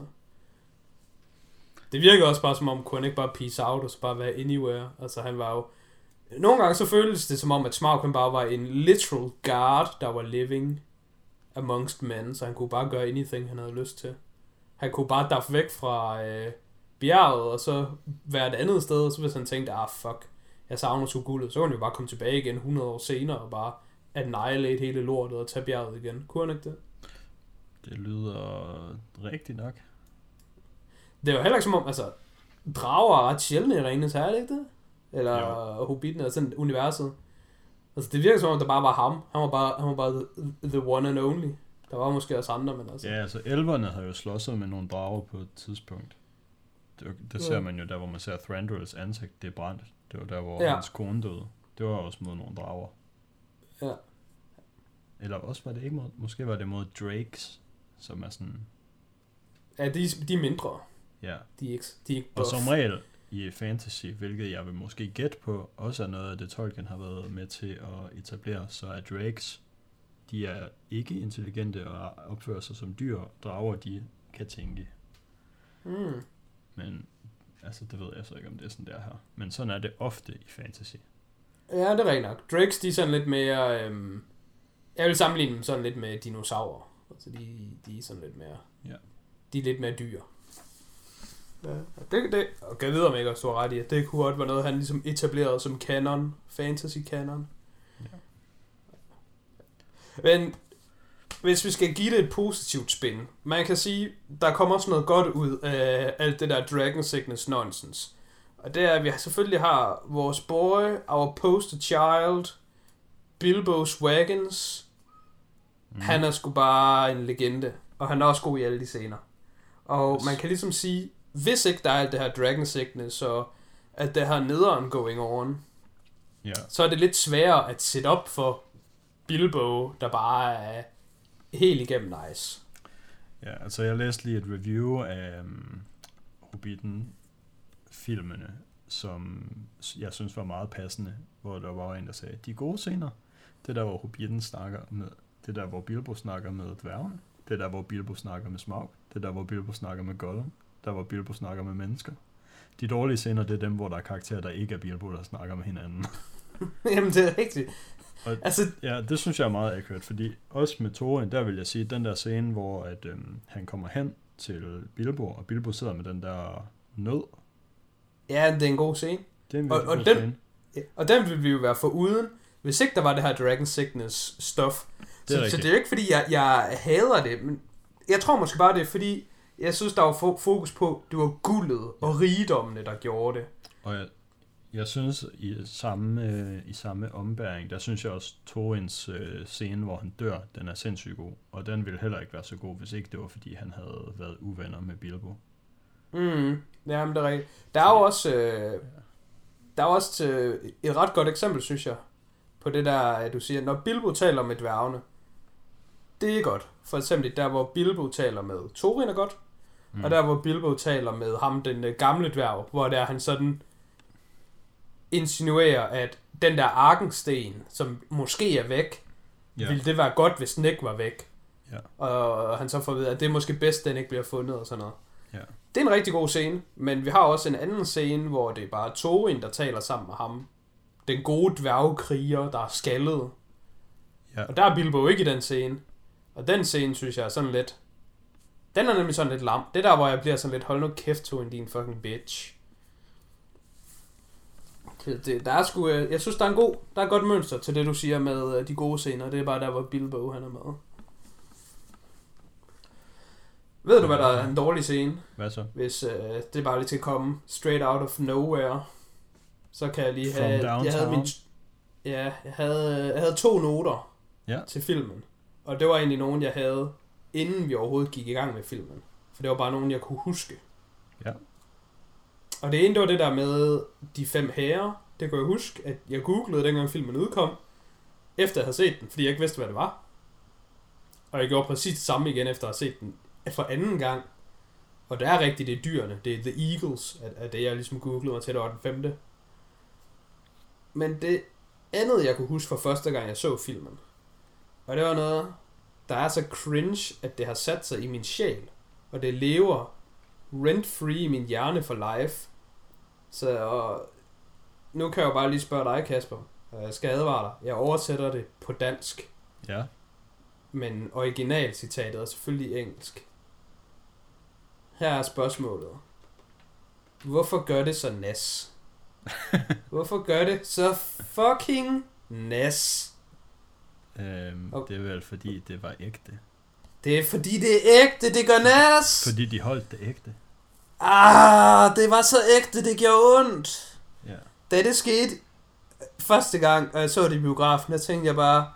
det virker også bare som om, kunne han ikke bare peace out og så bare være anywhere. Altså han var jo, nogle gange så føltes det som om, at Smaug han bare var en literal guard, der var living amongst men, så han kunne bare gøre anything, han havde lyst til. Han kunne bare daffe væk fra øh, bjerget, og så være et andet sted, og så hvis han tænkte, ah fuck, jeg savner sgu guldet, så kunne han jo bare komme tilbage igen hundrede år senere, og bare annihilate hele lortet og tage bjerget igen. Kunne han ikke det? Det lyder rigtigt nok. Det er jo heller ikke som om, altså, drager er ret sjældne i Ringenes Herre, er det ikke det? Eller jo. Hobbiten, eller sådan universet. Altså det virker som om, der bare var ham. Han var bare, han var bare the, the one and only. Der var måske også andre, men altså. Ja, altså elverne havde jo slåsset med nogle drager på et tidspunkt. Det, det ser ja. man jo der, hvor man ser Thranduils ansigt, det er brændt. Det var der, hvor ja. hans kone døde. Det var også mod nogle drager. Ja. Eller også var det ikke mod, måske var det mod Drakes, som er sådan. Ja, de, de er mindre. Ja. De er ikke, de er ikke buff. Og som regel i fantasy, hvilket jeg vil måske gætte på, også er noget af det Tolkien har været med til at etablere, så er Drakes, de er ikke intelligente og opfører sig som dyr. Drager, de kan tænke. Mm. Men altså, det ved jeg så ikke, om det er sådan der her. Men sådan er det ofte i fantasy. Ja, det er rigtigt nok. Drakes, de er sådan lidt mere. Øhm, jeg vil sammenligne dem sådan lidt med dinosaurer. Altså, de, de er sådan lidt mere. Ja. De er lidt mere dyr. Ja, det, det, og kan jeg vide, om jeg ikke også ret i, at det kunne godt være noget, han ligesom etablerede som canon, fantasy canon. Ja. Men hvis vi skal give det et positivt spin, man kan sige, der kommer også noget godt ud af alt det der Dragon Sickness nonsense. Og det er, at vi selvfølgelig har vores boy, our poster child, Bilbo Swaggins. Mm. Han er sgu bare en legende, og han er også god i alle de scener. Og yes. man kan ligesom sige, hvis ikke der er alt det her Dragon Sickness, og at det her nederen going on, yeah. så er det lidt sværere at sætte op for Bilbo, der bare er helt igennem nice. Ja, altså jeg læste lige et review af um, Hobbiten-filmene, som jeg synes var meget passende, hvor der var en, der sagde, de gode scener, det der, hvor Hobbiten snakker med, det der, hvor Bilbo snakker med dværgene, det der, hvor Bilbo snakker med Smaug, det der, hvor Bilbo snakker med Gollum, der, hvor Bilbo snakker med mennesker. De dårlige scener, det er dem, hvor der er karakterer, der ikke er Bilbo, der snakker med hinanden. Jamen, det er rigtigt. Og, altså, ja, det synes jeg er meget accurate, fordi også med Thorin, der vil jeg sige, den der scene, hvor at, øhm, han kommer hen til Bilbo, og Bilbo sidder med den der nød. Ja, det er en god scene. Det er en og, og, god den, scene. Ja, og den vil vi jo være foruden, hvis ikke der var det her Dragon Sickness stuff. Så det, så det er jo ikke, fordi jeg, jeg hader det, men jeg tror måske bare, det er, fordi jeg synes, der var fokus på, det var guldet og rigdommene, der gjorde det. Og jeg, jeg synes, i samme, øh, i samme ombæring, der synes jeg også, Thorins øh, scene, hvor han dør, den er sindssygt god. Og den ville heller ikke være så god, hvis ikke det var, fordi han havde været uvenner med Bilbo. Mm, jamen det er rigtigt. Der er jo også, øh, der er også øh, et ret godt eksempel, synes jeg, på det der, at du siger, når Bilbo taler med dværgene, det er godt. For eksempel der, hvor Bilbo taler med Thorin er godt, mm. og der, hvor Bilbo taler med ham, den gamle dværg, hvor der han sådan insinuerer, at den der arkensten, som måske er væk, ja. ville det være godt, hvis den ikke var væk. Ja. Og han så får at vide, at det er måske bedst, den ikke bliver fundet og sådan noget. Ja. Det er en rigtig god scene, men vi har også en anden scene, hvor det er bare Thorin, der taler sammen med ham. Den gode dværgekriger, der er skaldet. Ja. Og der er Bilbo ikke i den scene. Og den scene, synes jeg, er sådan lidt... Den er nemlig sådan lidt lam. Det der, hvor jeg bliver sådan lidt, hold nu kæft, Thorin, din fucking bitch. Det, det, der er sgu... Jeg synes, der er en god... Der er et godt mønster til det, du siger med de gode scener. Det er bare der, hvor Bilbo, han er med. Ved du, hvad der er en dårlig scene? Hvad så? Hvis øh, det bare lige til at komme straight out of nowhere, så kan jeg lige have... Jeg havde, min, ja, jeg havde, jeg havde to noter ja. til filmen. Og det var egentlig nogen, jeg havde, inden vi overhovedet gik i gang med filmen. For det var bare nogen, jeg kunne huske. Ja. Og det ene, det var det der med de fem herrer. Det kunne jeg huske, at jeg googlede, dengang filmen udkom, efter jeg havde set den, fordi jeg ikke vidste, hvad det var. Og jeg gjorde præcis det samme igen, efter at have set den for anden gang. Og det er rigtigt, det er dyrene. Det er The Eagles, at, at det jeg ligesom googlede mig til, det var den femte. Men det andet, jeg kunne huske fra første gang, jeg så filmen, og det var noget, der er så cringe, at det har sat sig i min sjæl. Og det lever rent-free i min hjerne for life. Så og nu kan jeg jo bare lige spørge dig, Kasper. Jeg skal advare dig. Jeg oversætter det på dansk. Ja. Men originalcitatet er selvfølgelig engelsk. Her er spørgsmålet. Hvorfor gør det så nas? Hvorfor gør det så fucking nas? Øhm, og det er vel fordi, det var ægte. Det er fordi, det er ægte, det gør nas! Fordi de holdt det ægte. Ah, det var så ægte, det gjorde ondt. Ja. Da det skete første gang, og jeg så det i biografen, der tænkte jeg bare,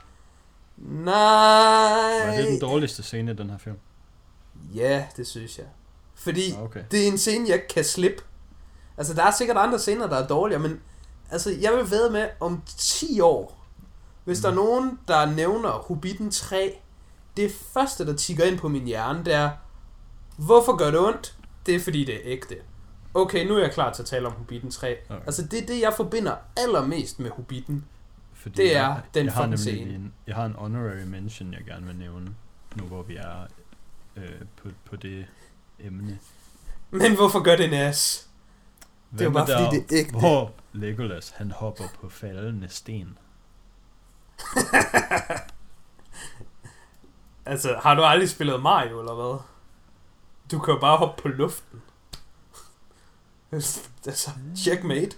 nej. Var det den dårligste scene i den her film? Ja, det synes jeg. Fordi okay. det er en scene, jeg kan slippe. Altså, der er sikkert andre scener, der er dårligere, men altså, jeg vil vædde med om ti år, hvis mm. der er nogen, der nævner Hobbiten tre, det første, der tigger ind på min hjerne, det er, hvorfor gør det ondt? Det er fordi, det er ægte. Okay, nu er jeg klar til at tale om Hobbiten tre. Okay. Altså, det er det, jeg forbinder allermest med Hobbiten. Fordi det er jeg, den jeg fucking scene. En, jeg har en honorary mention, jeg gerne vil nævne, nu hvor vi er øh, på, på det emne. Men hvorfor gør det nas? Det er jo bare der, fordi, det er ægte. Hvor Legolas, han hopper på faldende sten. Altså, har du aldrig spillet Mario, eller hvad? Du kan jo bare hoppe på luften. Altså, checkmate.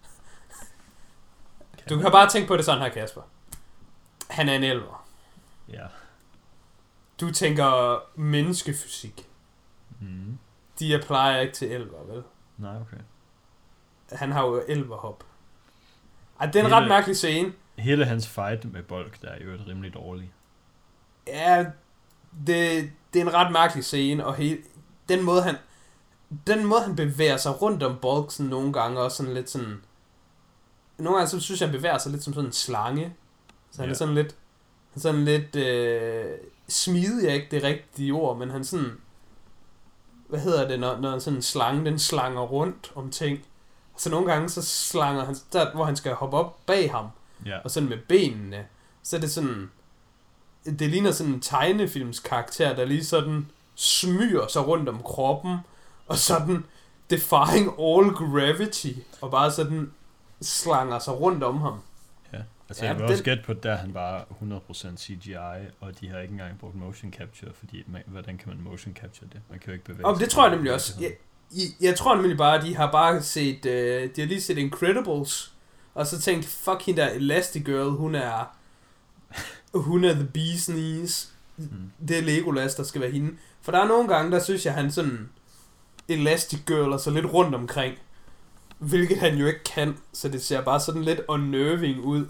Du kan bare tænke på det sådan her, Kasper. Han er en elver. Ja. Du tænker menneskefysik. Mm. De applejer ikke til elver, vel? Nej, okay. Han har jo elverhop. Ej, det er en hele, ret mærkelig scene. Hele hans fight med Bolk, der er jo et rimelig dårligt. Ja, det, det er en ret mærkelig scene, og hele, den måde han den måde han bevæger sig rundt om Bolk sådan nogle gange, også sådan lidt sådan, nogle gange så synes jeg, han bevæger sig lidt som sådan en slange, så han ja. er sådan lidt sådan lidt øh, smidig, er ikke det rigtige ord, men han sådan, hvad hedder det, når, når sådan en slange, den slanger rundt om ting, så nogle gange så slanger han, der hvor han skal hoppe op bag ham, ja. og sådan med benene, så er det sådan, det ligner sådan en tegnefilmskarakter, der lige sådan smyger sig rundt om kroppen, og sådan defying all gravity, og bare sådan slanger sig rundt om ham. Ja, altså ja, jeg vil den... også gætte på, der han var hundrede procent C G I, og de har ikke engang brugt motion capture, fordi man, hvordan kan man motion capture det? Man kan jo ikke bevæge sig. Og det tror jeg nemlig også. Jeg, jeg, jeg tror nemlig bare, at de har bare set, uh, de har lige set Incredibles, og så tænkt, fuck hende der Elastigirl, hun er, hun er the bee's knees. Mm. Det er Legolas, der skal være hende. For der er nogle gange, der synes jeg, han sådan Elastigirl og så lidt rundt omkring, hvilket han jo ikke kan, så det ser bare sådan lidt unnerving ud.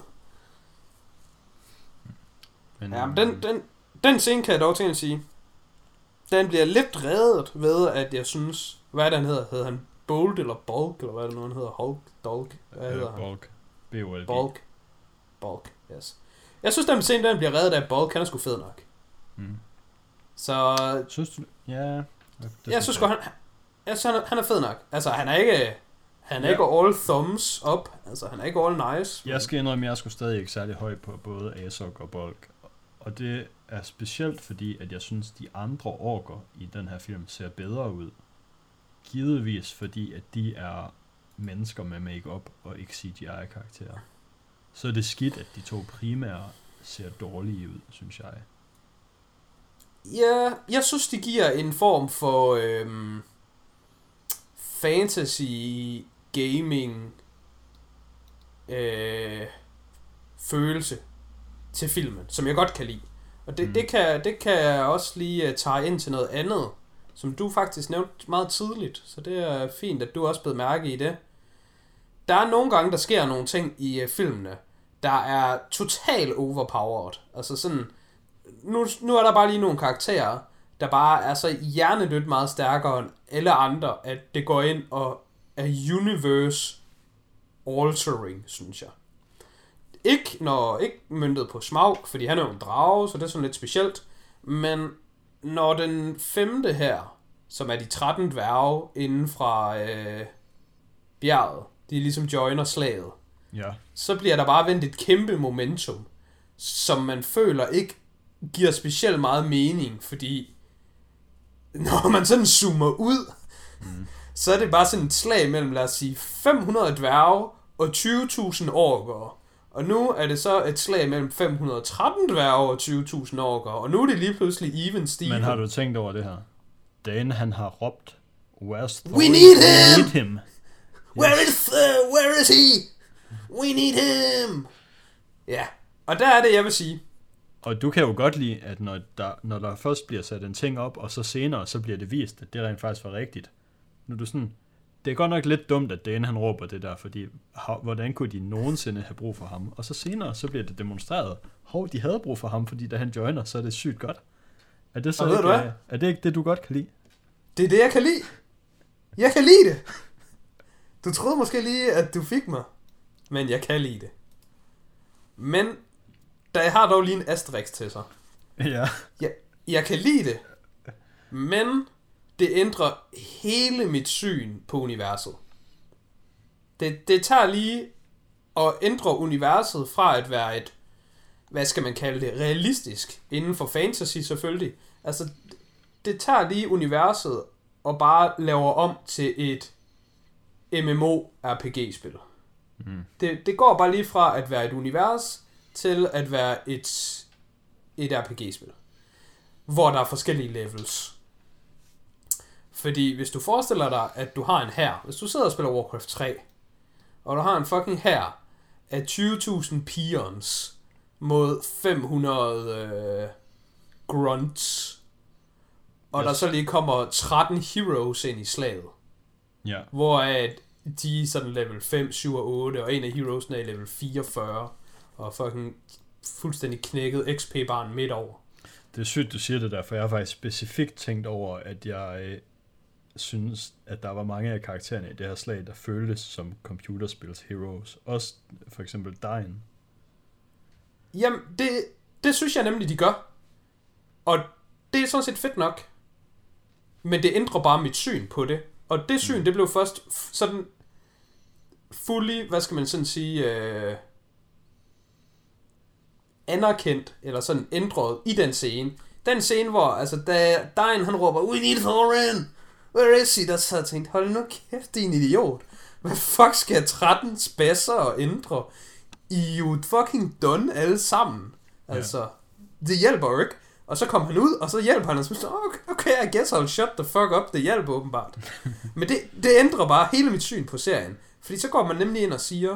Men, ja, men den, den, den scene kan jeg dog til at sige, den bliver lidt reddet ved, at jeg synes, hvad er det, han hedder? Hedder han Bold eller Bulk, eller hvad er det nu, han hedder? Hulk? Dolk? Hvad hedder uh, Bulk. B O L K. Bulk. Bulk, yes. Jeg synes, den scene, den bliver reddet af Bulk, han er sgu fed nok. Mm. Så... Synes du... Ja... Jeg synes godt, han... Jeg synes, han er, han er fed nok. Altså, han er ikke... Han er ja. ikke all thumbs up, altså han er ikke all nice. Jeg skal indrømme, at jeg skulle stadig ikke særlig høj på både A S O G og Bulk. Og det er specielt fordi, at jeg synes, de andre orker i den her film ser bedre ud. Givetvis fordi, at de er mennesker med make-up og ikke C G I-karakterer. Så er det skidt, at de to primære ser dårlige ud, synes jeg. Ja, jeg synes, de giver en form for øhm, fantasy gaming øh, følelse til filmen, som jeg godt kan lide. Og det, mm. det, kan, det kan jeg også lige uh, tage ind til noget andet, som du faktisk nævnte meget tidligt. Så det er fint, at du også blevet mærke i det. Der er nogle gange, der sker nogle ting i uh, filmene, der er totalt overpowered. Altså sådan, nu, nu er der bare lige nogle karakterer, der bare er så hjernedødt meget stærkere end alle andre, at det går ind og er universe altering, synes jeg. Ikke, når, ikke møntet på Smaug, fordi han er jo en drage, så det er sådan lidt specielt. Men når den femte her, som er de tretten dværge inden fra øh, bjerget, de ligesom joiner slaget, ja. Så bliver der bare vendt et kæmpe momentum, som man føler ikke giver specielt meget mening, fordi når man sådan zoomer ud, mm. så er det bare sådan et slag mellem, lad os sige, fem hundrede dværge og tyve tusind orker. Og nu er det så et slag mellem fem hundrede og tretten dværge og tyve tusind orker, og nu er det lige pludselig even Steven. Men har du tænkt over det her? Dan, han har råbt, Where's Thorin? We need him! We need him. Where is, uh, where is he? We need him! Ja, og der er det, jeg vil sige. Og du kan jo godt lide, at når der, når der først bliver sat en ting op, og så senere, så bliver det vist, at det rent faktisk var rigtigt. Nu er du sådan, det er godt nok lidt dumt, at Dan han råber det der, fordi hvordan kunne de nogensinde have brug for ham? Og så senere, så bliver det demonstreret. Hov, de havde brug for ham, fordi da han joiner, så er det sygt godt. Er det så ikke, er, er det ikke det, du godt kan lide? Det er det, jeg kan lide. Jeg kan lide det. Du troede måske lige, at du fik mig. Men jeg kan lide det. Men der har dog lige en asterisk til sig. Ja. Jeg, jeg kan lide det. Men det ændrer hele mit syn på universet. Det, det tager lige at ændre universet fra at være et, hvad skal man kalde det, realistisk, inden for fantasy selvfølgelig. Altså, det tager lige universet og bare laver om til et M M O R P G-spil. Mm. Det, det går bare lige fra at være et univers til at være et, et R P G-spil. Hvor der er forskellige levels. Fordi hvis du forestiller dig, at du har en hær, hvis du sidder og spiller Warcraft tre, og du har en fucking hær af tyve tusind peons mod fem hundrede øh, grunts, og yes. der så lige kommer tretten heroes ind i slaget, yeah. hvor at de er sådan level fem, syv og otte, og en af heroesne er level fireogfyrre, og fucking fuldstændig knækket X P-barn midt over. Det er sygt, du siger det der, for jeg har faktisk specifikt tænkt over, at jeg øh, synes, at der var mange af karaktererne i det her slag, der føltes som computerspils heroes. Også for eksempel Dain. Jamen, det, det synes jeg nemlig, de gør. Og det er sådan set fedt nok. Men det ændrer bare mit syn på det. Og det syn, mm. det blev først sådan fully, hvad skal man sådan sige, øh, anerkendt, eller sådan ændret i den scene. Den scene, hvor, altså, da Dain, han råber, we need Thorin! Where is he? Der så jeg tænkt, hold nu kæft, din idiot. Hvad fuck skal tretten spasser og ændre? I er jo fucking done alle sammen. Altså, yeah. det hjælper jo ikke. Og så kom han ud, og så hjælper han, og så okay, okay, I guess I'll shut the fuck up. Det hjælper åbenbart. Men det, det ændrer bare hele mit syn på serien. Fordi så går man nemlig ind og siger,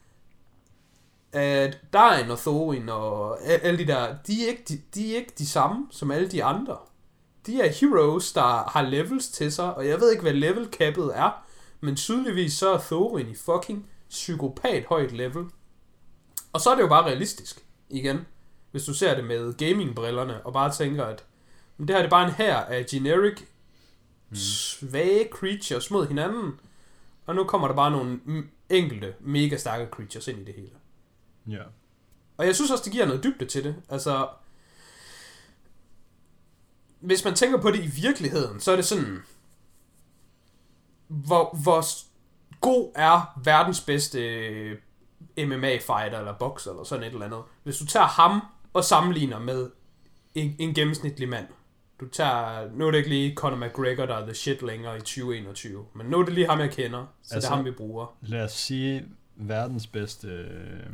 at Dain og Thorin og alle de der, de er, ikke, de, de er ikke de samme som alle de andre. De er heroes, der har levels til sig, og jeg ved ikke, hvad level cappet er, men tydeligvis så er Thorin i fucking psykopat højt level. Og så er det jo bare realistisk, igen, hvis du ser det med gamingbrillerne, og bare tænker, at det her er det bare en hær af generic, mm. svage creatures mod hinanden, og nu kommer der bare nogle enkelte, mega stærke creatures ind i det hele. Ja. Yeah. Og jeg synes også, det giver noget dybde til det. Altså, hvis man tænker på det i virkeligheden, så er det sådan, hvor, hvor god er verdens bedste M M A-fighter eller bokser eller sådan et eller andet. Hvis du tager ham og sammenligner med en, en gennemsnitlig mand. Du tager, nu er det ikke lige Conor McGregor, der er the shit længere i tyve enogtyve, men nu er det lige ham, jeg kender, så altså, det er ham, vi bruger. Lad os sige verdens bedste... Øh,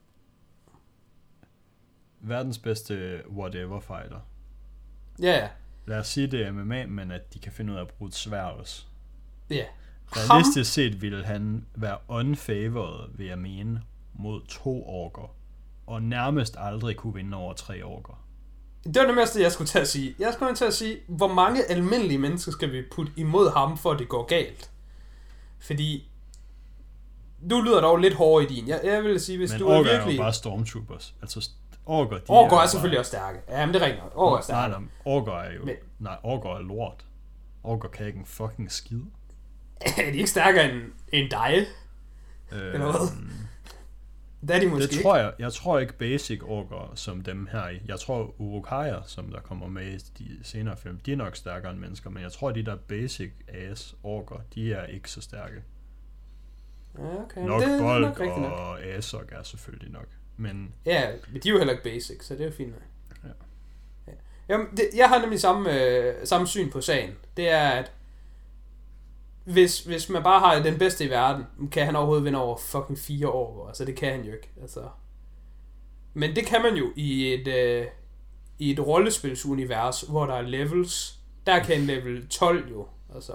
verdens bedste whatever fighter. Ja, ja. Lad os sige, det er M M A, men at de kan finde ud af at bruge et svær også. Ja. Realistisk set ville han være unfavored, vil jeg mene, mod to orker, og nærmest aldrig kunne vinde over tre orker. Det var det meste, jeg skulle til at sige. Jeg skulle til at sige, hvor mange almindelige mennesker skal vi putte imod ham, for at det går galt? Fordi du lyder dog lidt hårdere i din. Jeg, jeg vil sige, hvis men du er virkelig... Men orker er jo bare stormtroopers. Altså, orker, de orker er, er selvfølgelig bare... også stærke. Ja, men det ringer. Orker er stærke. Nej, nej, orker er jo... Men... Nej, orker er lort. Orker kan ikke en fucking skid. Er de ikke stærkere end, end dig? Øh... Eller hvad? Det er de måske det tror jeg. Jeg tror ikke basic orker som dem her i. Jeg tror Uruk-hai, som der kommer med i de senere film, de er nok stærkere end mennesker, men jeg tror, de der basic ass orker, de er ikke så stærke. Ja, okay. Nok det Bolg nok og Asok er selvfølgelig nok. Men... Ja, men de er jo heller ikke basic, så det er jo fint. Ja. Ja. Jamen, det, jeg har nemlig samme, øh, samme syn på sagen. Det er, at Hvis, hvis man bare har den bedste i verden, kan han overhovedet vinde over fucking fire år. Altså, det kan han jo ikke. Altså. Men det kan man jo i et, øh, i et rollespilsunivers, hvor der er levels. Der kan en level tolv jo. Altså.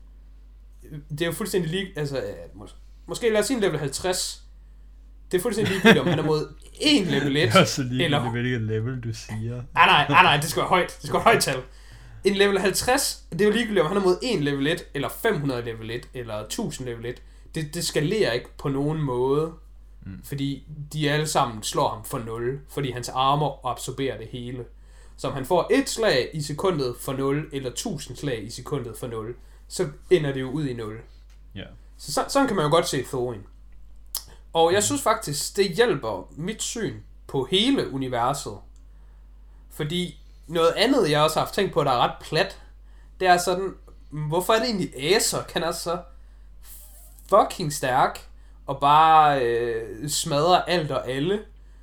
Det er jo fuldstændig lige... Altså, mås- måske lad os sige en level halvtreds. Det er fuldstændig ligegyldigt, om han er mod en level et. Det er så ligegyldigt, hvilket level du siger. Nej, nej, nej, nej, det skal være højt. Det skal være højt tal. En level halvtreds, det er jo ligegyldigt, om han er mod en level et, eller fem hundrede level et, eller tusind level et. Det, det skalerer ikke på nogen måde, mm. fordi de alle sammen slår ham for nul, fordi hans armor absorberer det hele. Så om han får et slag i sekundet for nul, eller tusind slag i sekundet for nul, så ender det jo ud i nul. Yeah. Så, så sådan kan man jo godt se Thorin. Og jeg synes faktisk, det hjælper mit syn på hele universet. Fordi noget andet, jeg også har haft tænkt på, der er ret plat, det er sådan, hvorfor er det egentlig Asok, han er så fucking stærk, og bare øh, smadrer alt og alle,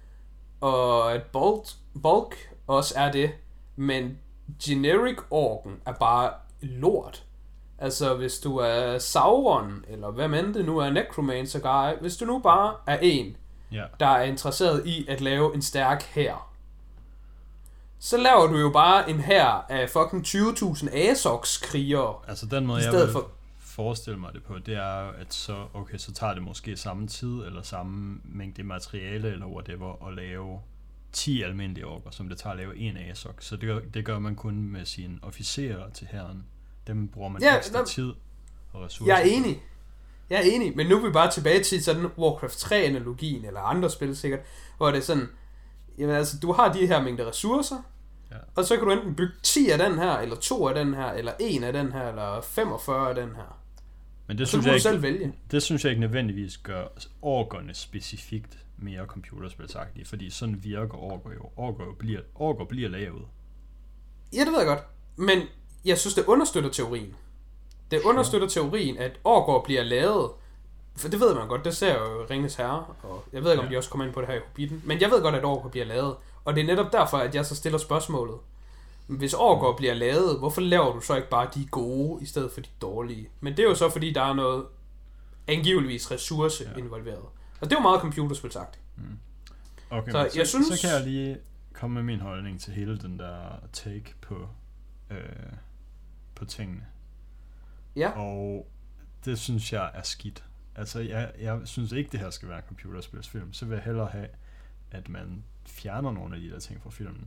og at Bolt, Bulk også er det, men generic orken er bare lort. Altså, hvis du er Sauron, eller hvem end det nu er, Necromancer guy, hvis du nu bare er en, yeah. der er interesseret i at lave en stærk hær, så laver du jo bare en hær af fucking tyve tusind Asoks krigere. Altså den måde, jeg vil for... forestille mig det på, det er at så, okay, så tager det måske samme tid, eller samme mængde materiale, eller whatever, at lave ti almindelige orker, som det tager at lave en Asok. Så det gør, det gør man kun med sine officerer til hæren. Dem bruger man ja, ekstra der... tid og ressourcer. Jeg er enig. Jeg er enig, men nu er vi bare tilbage til sådan Warcraft tre-analogien, eller andre spil sikkert, hvor det er sådan, jamen altså, du har de her mængder ressourcer, ja. Og så kan du enten bygge ti af den her, eller to af den her, eller en af den her, eller femogfyrre af den her. Men det, synes jeg, ikke, selv vælge. det synes jeg ikke nødvendigvis gør orkerne specifikt mere computerspilsagtige, fordi sådan virker orker jo. Orker, jo bliver, orker bliver lavet. Ja, det ved jeg godt. Men jeg synes, det understøtter teorien. Det understøtter ja. teorien, at orker bliver lavet. For det ved man godt, det ser jo Ringenes Herre, og jeg ved ikke, om ja. de også kommer ind på det her i Hobbiten. Men jeg ved godt, at orker bliver lavet. Og det er netop derfor, at jeg så stiller spørgsmålet. Hvis orker bliver lavet, hvorfor laver du så ikke bare de gode, i stedet for de dårlige? Men det er jo så, fordi der er noget angiveligvis ressource ja. involveret. Og det er jo meget computerspilsagtigt. Mm. Okay, så, jeg så, synes... så kan jeg lige komme med min holdning til hele den der take på, øh, på tingene. Ja. Og det synes jeg er skidt. Altså, jeg, jeg synes ikke, det her skal være en computerspilsfilm. Så vil jeg hellere have, at man fjerner nogle af de der ting fra filmen.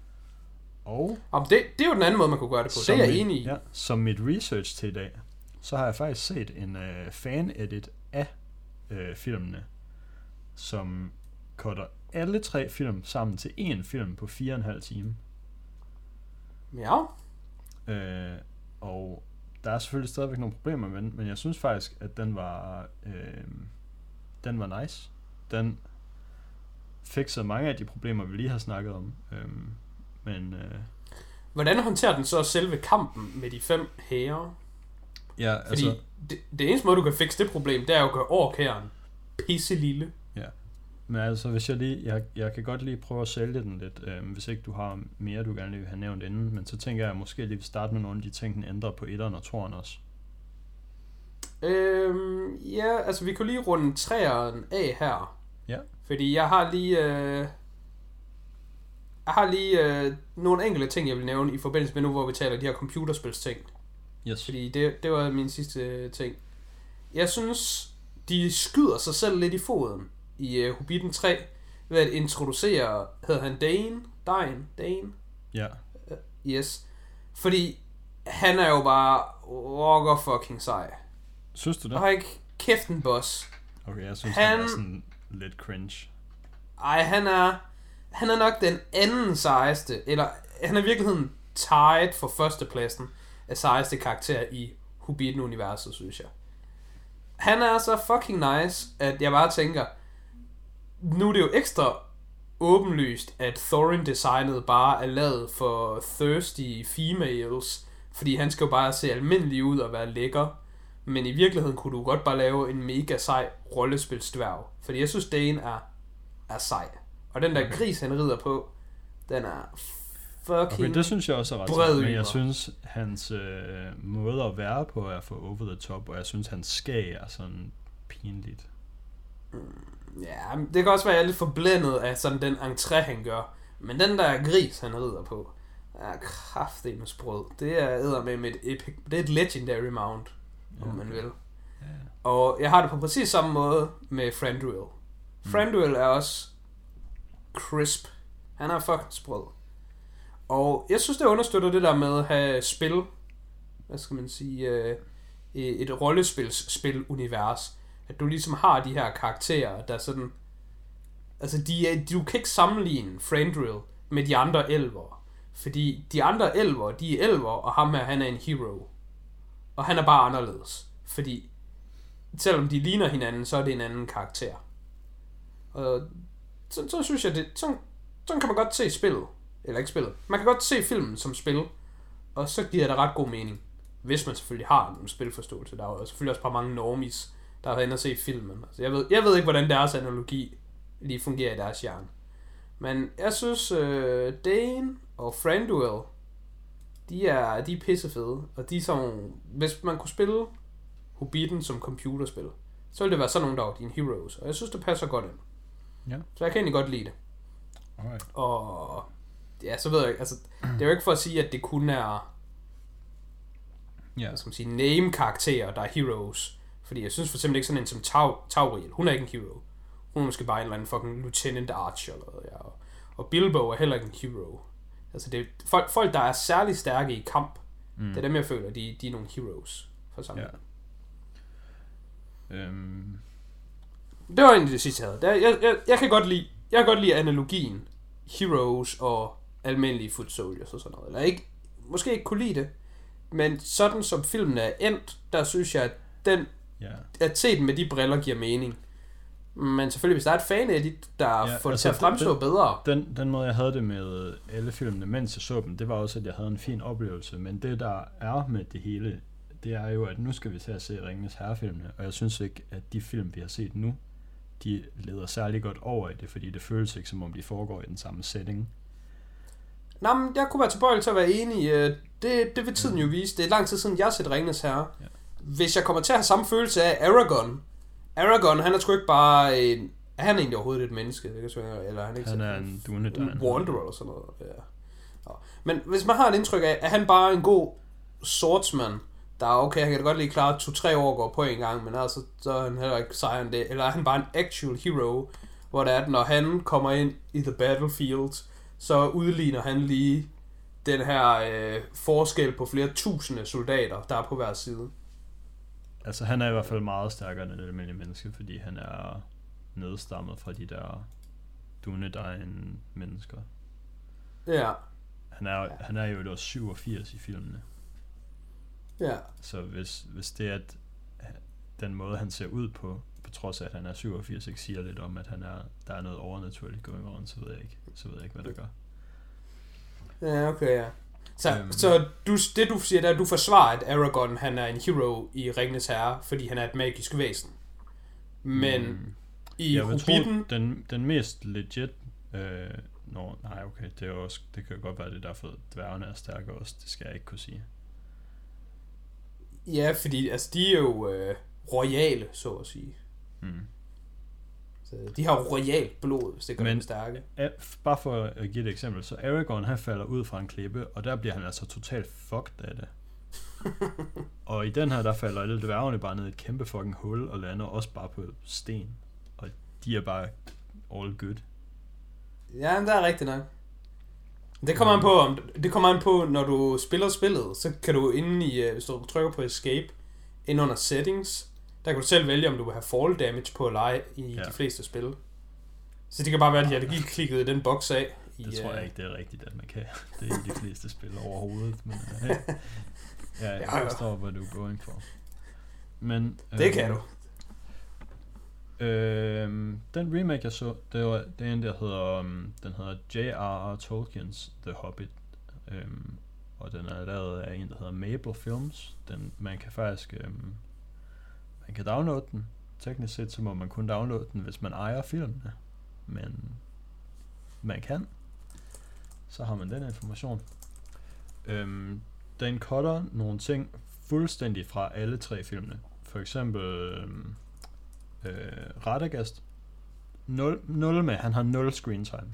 Og Jamen, det, det er jo den anden måde, man kunne gøre det på. Det er jeg mit, enig i. Ja, som mit research til i dag, så har jeg faktisk set en uh, fan-edit af uh, filmene, som cutter alle tre film sammen til én film på fire og en halv time. Ja. Uh, og der er selvfølgelig stadigvæk nogle problemer med den, men jeg synes faktisk, at den var, uh, den var nice. Den fikser mange af de problemer, vi lige har snakket om. Um, men... Uh, Hvordan håndterer den så selve kampen med de fem hære? Ja, Fordi altså... det, det eneste måde, du kan fikse det problem, det er jo at gøre orkæren pisse lille. Ja. Men altså, hvis jeg lige... Jeg, jeg kan godt lige prøve at sælge den lidt, øh, hvis ikke du har mere, du gerne vil have nævnt inden. Men så tænker jeg, at jeg måske lige vil starte med nogle af de ting, den ændrer på etteren og toeren også. Øhm, ja, altså vi kan lige runde træeren af her. Ja. Fordi jeg har lige... Øh, jeg har lige øh, nogle enkelte ting, jeg vil nævne i forbindelse med nu, hvor vi taler de her computerspils ting. Yes. Fordi det, det var min sidste ting. Jeg synes, de skyder sig selv lidt i foden i uh, Hobbiten tre, ved at introducere, hedder han Dane? Dane? Dane? Ja. Uh, yes. Fordi han er jo bare rocker fucking sej. Synes du det? Og har ikke kæft en boss. Okay, jeg synes, han, han er sådan lidt cringe. Ej, han er, han er nok den anden sejeste, eller han er i virkeligheden tied for førstepladsen af sejeste karakter i Hobbiten-universet, synes jeg. Han er så fucking nice, at jeg bare tænker, nu er det jo ekstra åbenlyst, at Thorin-designet bare er lavet for thirsty females, fordi han skal jo bare se almindelig ud og være lækker, men i virkeligheden kunne du godt bare lave en mega sej rollespilsdværg, fordi jeg synes, Dane er, er sej. Og den der gris, han rider på, den er fucking okay, det synes jeg også er ret bred, men jeg synes, hans øh, måde at være på er for over the top, og jeg synes, hans skæg er sådan pinligt. Ja, det kan også være, at jeg er lidt forblændet af sådan den entré, han gør. Men den der gris, han rider på, er kraftedeme sprød. Det er eddermame et epic, det er et legendary mount, om ja, okay. man vil. Ja. Og jeg har det på præcis samme måde med Thranduil. Mm. Thranduil er også crisp. Han er fucking sprød. Og jeg synes, det understøtter det der med at have spil, hvad skal man sige, øh, et rollespil-univers. At du ligesom har de her karakterer, der sådan... Altså, de er, du kan ikke sammenligne Thranduil med de andre elver. Fordi de andre elver, de er elver, og ham her, han er en hero. Og han er bare anderledes. Fordi selvom de ligner hinanden, så er det en anden karakter. Og så, så synes jeg, det, sådan, sådan kan man godt se spillet. Eller ikke spillet. Man kan godt se filmen som spil. Og så giver det ret god mening. Hvis man selvfølgelig har en spilforståelse. Der er jo selvfølgelig også bare mange normies, der har været inde og se filmen. Altså, jeg, ved, jeg ved ikke, hvordan deres analogi lige fungerer i deres hjerne. Men jeg synes, uh, Dane og Thranduil, de er, de er pissefede. Og de er sådan, hvis man kunne spille Hobbiten som computerspil, så ville det være sådan nogle, der var dine heroes. Og jeg synes, det passer godt ind. Ja. Så jeg kan egentlig godt lide det. Alright. Og ja, så ved jeg ikke, altså, det er jo ikke for at sige, at det kun er, ja, hvad skal man sige, name-karakterer, der er heroes. Fordi jeg synes for eksempel ikke sådan en som Tau- Tauriel, hun er ikke en hero. Hun er måske bare en eller anden fucking Lieutenant Archer, eller noget, ja. Og, og Bilbo er heller ikke en hero. Altså det er folk, folk der er særlig stærke i kamp, mm. det er dem, jeg føler, de, de er nogle heroes for sammen. Ja. Um... Det var egentlig det sidste, jeg havde. Jeg, jeg, jeg, jeg kan godt lide, jeg kan godt lide analogien heroes og almindelige foot soldiers og sådan noget. Eller ikke, måske ikke kunne lide det, men sådan som filmen er endt, der synes jeg, at den, yeah. at se den med de briller giver mening. Men selvfølgelig, hvis der er et fan-edit, der ja, får det altså til at fremstå den, bedre. Den, den måde, jeg havde det med alle filmene, mens jeg så dem, det var også, at jeg havde en fin oplevelse. Men det, der er med det hele, det er jo, at nu skal vi til at se Ringenes Herre-filmene. Og jeg synes ikke, at de film, vi har set nu, de leder særlig godt over i det, fordi det føles ikke, som om de foregår i den samme setting. Nå, men jeg kunne være tilbøjelig til at være enig. Det, det vil tiden jo vise. Det er lang tid siden, jeg har set Ringenes Herre. Ja. Hvis jeg kommer til at have samme følelse af Aragorn, Aragorn, han er sgu ikke bare en... Er han egentlig overhovedet et menneske? Eller han, ikke han er en Dunedain. En wanderer eller sådan noget. Ja. Ja. Men hvis man har et indtryk af, at han bare en god swordsman, der er okay, han kan da godt lige klare to-tre år går på en gang, men altså, så er han heller ikke sejere end det. Eller er han bare en actual hero, hvor det er, at når han kommer ind i the battlefield, så udligner han lige den her øh, forskel på flere tusinde soldater, der er på hver side. Altså, han er i hvert fald meget stærkere end et almindeligt menneske, fordi han er nedstammet fra de der Dunedain-mennesker. Ja. Han er, ja. han er jo også syvogfirs i filmene. Ja. Så hvis, hvis det er, at den måde, han ser ud på, på trods af, at han er syvogfirs, ikke siger lidt om, at han er, der er noget overnaturligt going on, så ved jeg ikke, så ved jeg ikke, hvad der gør. Ja, okay, ja. Så, Øhm. så du, det du siger, der er, at du forsvarer, at Aragorn han er en hero i Ringenes Herre, fordi han er et magisk væsen. Men mm. i jeg vil Hobbiten... tro, den, den mest legit... Øh, Nå, nej, okay, det, er også, det kan godt være, det er derfor, dværgene er stærkere også. Det skal jeg ikke kunne sige. Ja, fordi altså, de er jo øh, royale, så at sige. Mm. Så de har royalt blod, hvis det gør dem stærke. A- bare for at give et eksempel, så Aragorn, han falder ud fra en klippe, og der bliver han altså totalt fucked af det. Og i den her, der falder alle dværgene bare ned i et kæmpe fucking hul, og lander også bare på sten. Og de er bare all good. Ja, men det er rigtigt nok. Det kommer an på, om det kommer an på, når du spiller spillet, så kan du inde i, hvis du trykker på escape, inde under settings, der kan du selv vælge, om du vil have fall damage på eller ej i ja. de fleste spil. Så det kan bare være, at de har lige klikket i den boks af. I, det tror jeg ikke, det er rigtigt, at man kan. Det er i de fleste spil overhovedet. Men, uh, hey. Ja, jeg ja, forstår, hvad du er going for. Men, det øh, kan du. Øh, den remake, jeg så, det var det er en, der hedder, um, den hedder J R R Tolkien's The Hobbit. Um, og den er lavet af en, der hedder Maple Films. Den, man kan faktisk, um, man kan downloade den. Teknisk set, så må man kun downloade den, hvis man ejer filmene. Men man kan. Så har man den information. Um, den cutter nogle ting fuldstændig fra alle tre filmene. For eksempel um, uh, Radagast. Nul, nul med, han har nul screen time.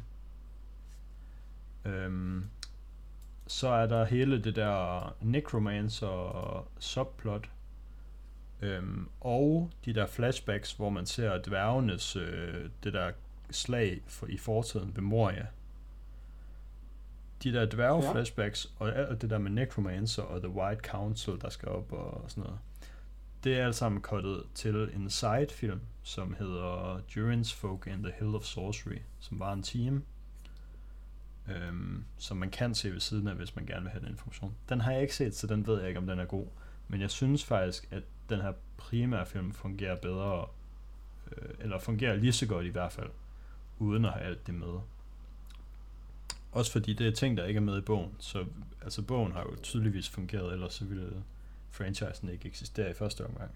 Um, så er der hele det der necromancer subplot. Um, og de der flashbacks, hvor man ser dværgenes øh, det der slag for, i fortiden ved Moria. De der dværge ja. flashbacks og, og det der med necromancer og The White Council, der skal op og sådan noget. Det er alt sammen cuttet til en side-film, som hedder Durin's Folk and the Hill of Sorcery, som var en time, um, som man kan se ved siden af, hvis man gerne vil have den information. Den har jeg ikke set, så den ved jeg ikke, om den er god. Men jeg synes faktisk, at den her primære film fungerer bedre, øh, eller fungerer lige så godt i hvert fald, uden at have alt det med. Også fordi det er ting, der ikke er med i bogen. Så altså bogen har jo tydeligvis fungeret, ellers så ville franchisen ikke eksistere i første omgang.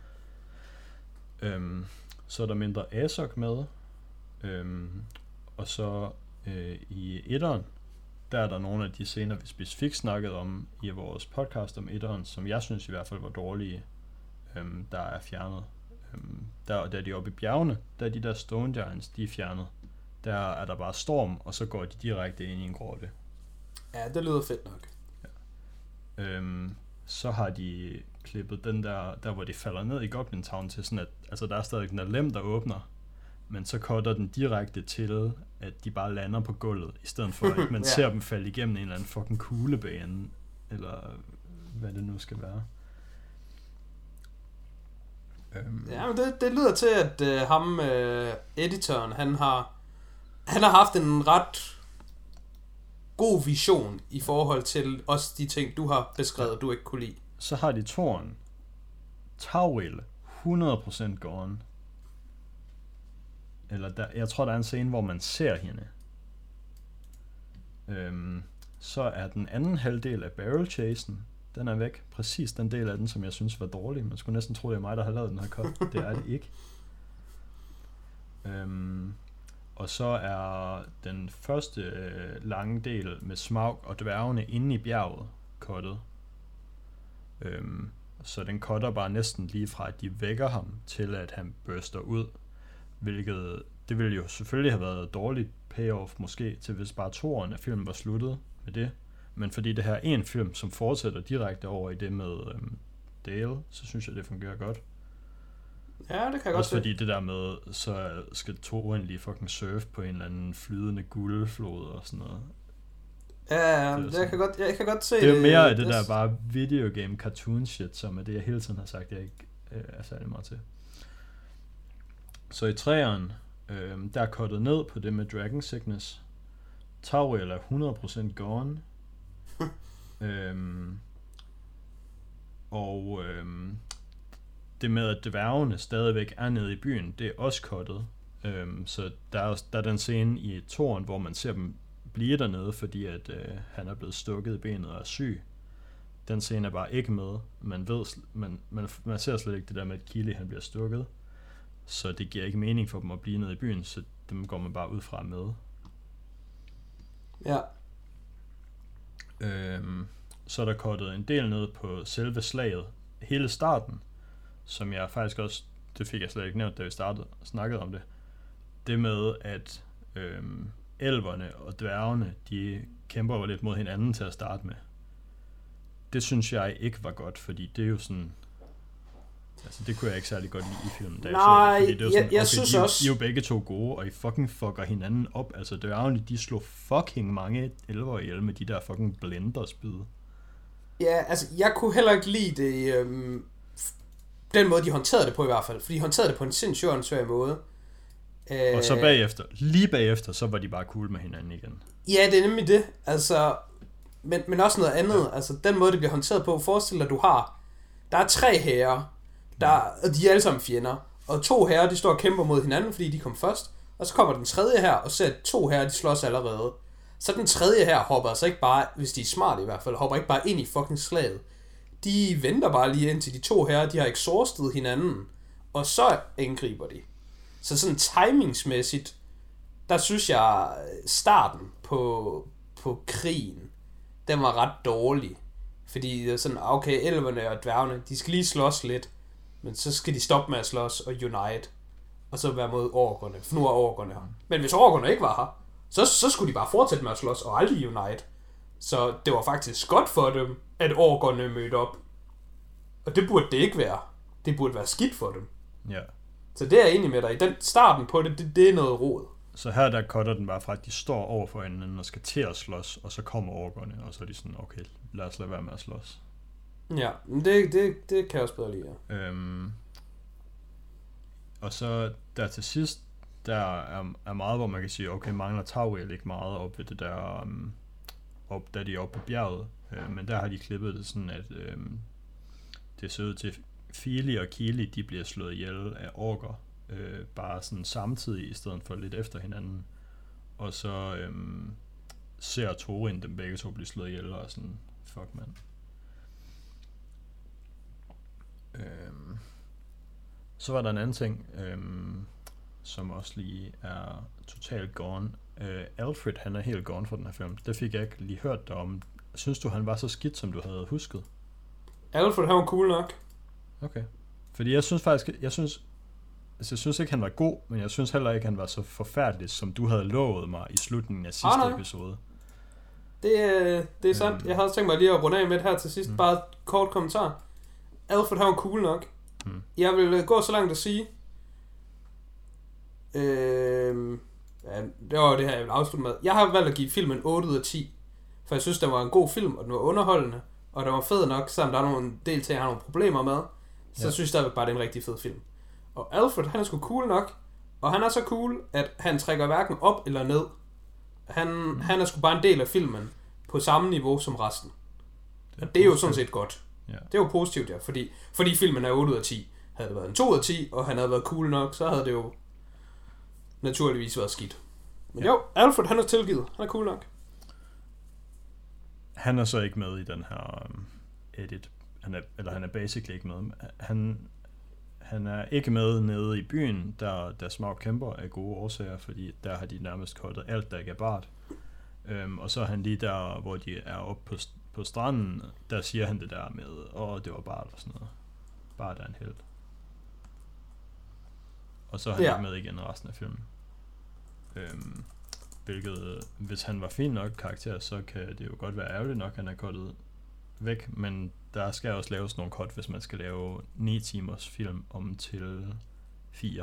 Øhm, så er der mindre Azog med. Øhm, og så øh, i etteren, der er der nogle af de scener, vi specifikt snakkede om i vores podcast om etteren, som jeg synes i hvert fald var dårlige, øhm, der er fjernet. Øhm, der, der er de oppe i bjergene, der er de der Stone Giants, de er fjernet. Der er der bare storm, og så går de direkte ind i en grotte. Ja, det lyder fedt nok. Ja. Øhm, så har de klippet den der, der hvor de falder ned i Goblin Town til sådan, at altså der er stadig den der lem, der åbner, men så cutter den direkte til, at de bare lander på gulvet, i stedet for at man ja. ser dem falde igennem en eller anden fucking kuglebane, eller hvad det nu skal være. Øhm. Ja, men det, det lyder til, at uh, ham, uh, editoren, han har han har haft en ret god vision i forhold til også de ting, du har beskrevet, du ikke kunne lide. Så har de toren. Tauriel, hundrede procent gone. Eller der, jeg tror, der er en scene, hvor man ser hende. Øhm, så er den anden halvdel af Barrel Chasen, den er væk. Præcis den del af den, som jeg synes var dårlig. Man skulle næsten tro, det er mig, der har lavet den her cut. Det er det ikke. Øhm, og så er den første øh, lange del med Smaug og dværgene inde i bjerget cuttet. Øhm, så den cutter bare næsten lige fra, at de vækker ham, til at han børster ud. Hvilket, det ville jo selvfølgelig have været dårligt payoff måske, til hvis bare toeren af filmen var sluttet med det. Men fordi det her er en film, som fortsætter direkte over i det med øhm, Dale, så synes jeg, det fungerer godt. Ja, det kan jeg også godt fordi se. Det der med, så skal toeren lige fucking surfe på en eller anden flydende guldflod og sådan noget. Ja, det, det jeg, kan godt, jeg kan godt se det. Det er mere af det, det der bare videogame cartoon shit, som er det, jeg hele tiden har sagt, jeg ikke øh, er særlig meget til. Så i træeren, øh, der er cuttet ned på det med Dragon Sickness. Tauriel er hundrede procent gone. øhm, og øhm, det med, at dværgene stadigvæk er nede i byen, det er også cuttet. Øhm, så der er, der er den scene i toren, hvor man ser dem blive dernede, fordi at øh, han er blevet stukket i benet og er syg. Den scene er bare ikke med. Man ved, man, man, man ser slet ikke det der med, at Keely han bliver stukket. Så det giver ikke mening for dem at blive nede i byen, så dem går man bare ud fra med. Ja. Øhm, så er der kortet en del ned på selve slaget. Hele starten, som jeg faktisk også, det fik jeg slet ikke nævnt, da vi startede snakkede om det. Det med, at øhm, elverne og dværgene, de kæmper jo lidt mod hinanden til at starte med. Det synes jeg ikke var godt, fordi det er jo sådan... Altså, det kunne jeg ikke særlig godt lide i filmen. Da Nej, jeg, så, fordi det var sådan, jeg, jeg okay, synes de, også... I er jo begge to gode, og I fucking fucker hinanden op. Altså, dværgene, de slog fucking mange elver ihjel med de der fucking blenderspyd. Ja, altså, jeg kunne heller ikke lide det... Øhm, den måde, de håndterede det på i hvert fald. For de håndterede det på en sindssygt åndssvær måde. Og så bagefter, lige bagefter, så var de bare cool med hinanden igen. Ja, det er nemlig det. Altså, men, men også noget andet. Ja. Altså, den måde, det bliver håndteret på. Forestil dig, at du har... Der er tre hære, der, og de er alle sammen fjender. Og to hære, de står og kæmper mod hinanden, fordi de kom først. Og så kommer den tredje her, og ser at to hære, de slås allerede. Så den tredje her hopper altså ikke bare, hvis de er smarte i hvert fald, hopper ikke bare ind i fucking slaget. De venter bare lige indtil de to hære, de har exhaustet hinanden. Og så angriber de. Så sådan timingsmæssigt, der synes jeg, starten på, på krigen, den var ret dårlig. Fordi det er sådan, okay, elverne og dværgene, de skal lige slås lidt, men så skal de stoppe med at slås og unite, og så være mod orkerne, for nu er orkerne her. Men hvis orkerne ikke var her, så, så skulle de bare fortsætte med at slås og aldrig unite. Så det var faktisk godt for dem, at orkerne mødte op. Og det burde det ikke være. Det burde være skidt for dem. Ja. Så det er jeg enig med dig i. Den starten på det, det, det er noget rod. Så her der cutter den bare fra, at de står over for hinanden og skal til at slås, og så kommer orkerne, og så er de sådan, okay, lad os lade være med at slås. Ja, men det, det, det kan jeg også bedre lide, ja. Øhm, og så der til sidst, der er, er meget, hvor man kan sige, okay, mangler Tauriel ikke meget op ved det der, um, op, da de er oppe på bjerget, øh, men der har de klippet det sådan, at øh, det ser ud til, Fili og Keely, de bliver slået ihjel af orker, øh, bare sådan samtidig, i stedet for lidt efter hinanden, og så øh, ser Thorin dem begge to blive slået ihjel, og sådan, fuck man. Øhm, så var der en anden ting, øhm, som også lige er totalt gone. Øh, Alfred, han er helt gone for den her film. Det fik jeg ikke lige hørt dig om. Synes du, han var så skidt, som du havde husket? Alfred, han var cool nok. Okay. Fordi jeg synes faktisk, jeg synes, altså jeg synes ikke, han var god, men jeg synes heller ikke, han var så forfærdelig, som du havde lovet mig i slutningen af sidste ah, episode. Det, det er sandt. Øhm. Jeg havde tænkt mig lige at runde af med det her til sidst. Mm. Bare et kort kommentar. Alfred, han var cool nok. Hmm. Jeg vil gå så langt at sige, øh, ja, det var det her, jeg vil afslutte med. Jeg har valgt at give filmen otte ud af ti, for jeg synes, det var en god film, og den var underholdende, og den var fed nok, selvom der er nogle del til, jeg har nogle problemer med, så ja. synes jeg bare, det er en rigtig fed film. Og Alfred, han er sgu cool nok, og han er så cool, at han trækker hverken op eller ned. Han, hmm. han er sgu bare en del af filmen, på samme niveau som resten. Det og det er jo sådan set godt. Ja. Det er jo positivt, ja, fordi, fordi filmen er otte ud af ti. Havde det været en to ud af ti, og han havde været cool nok, så havde det jo naturligvis været skidt. Men ja. jo, Alfred, han er tilgivet. Han er cool nok. Han er så ikke med i den her um, edit. Han er, eller han er basically ikke med. Han, han er ikke med nede i byen, der, der Smaug kæmper af gode årsager, fordi der har de nærmest kottet alt, der ikke er bart. Um, og så er han lige der, hvor de er oppe på på stranden, der siger han det der med, åh, oh, det var Bart og sådan noget. Bart er en helt. Og så er han ja. ikke med igen resten af filmen. Øhm, hvilket, hvis han var fin nok karakter, så kan det jo godt være ærgerligt nok, at han er kottet væk, men der skal også laves nogle cut, hvis man skal lave ni timers film om til fire.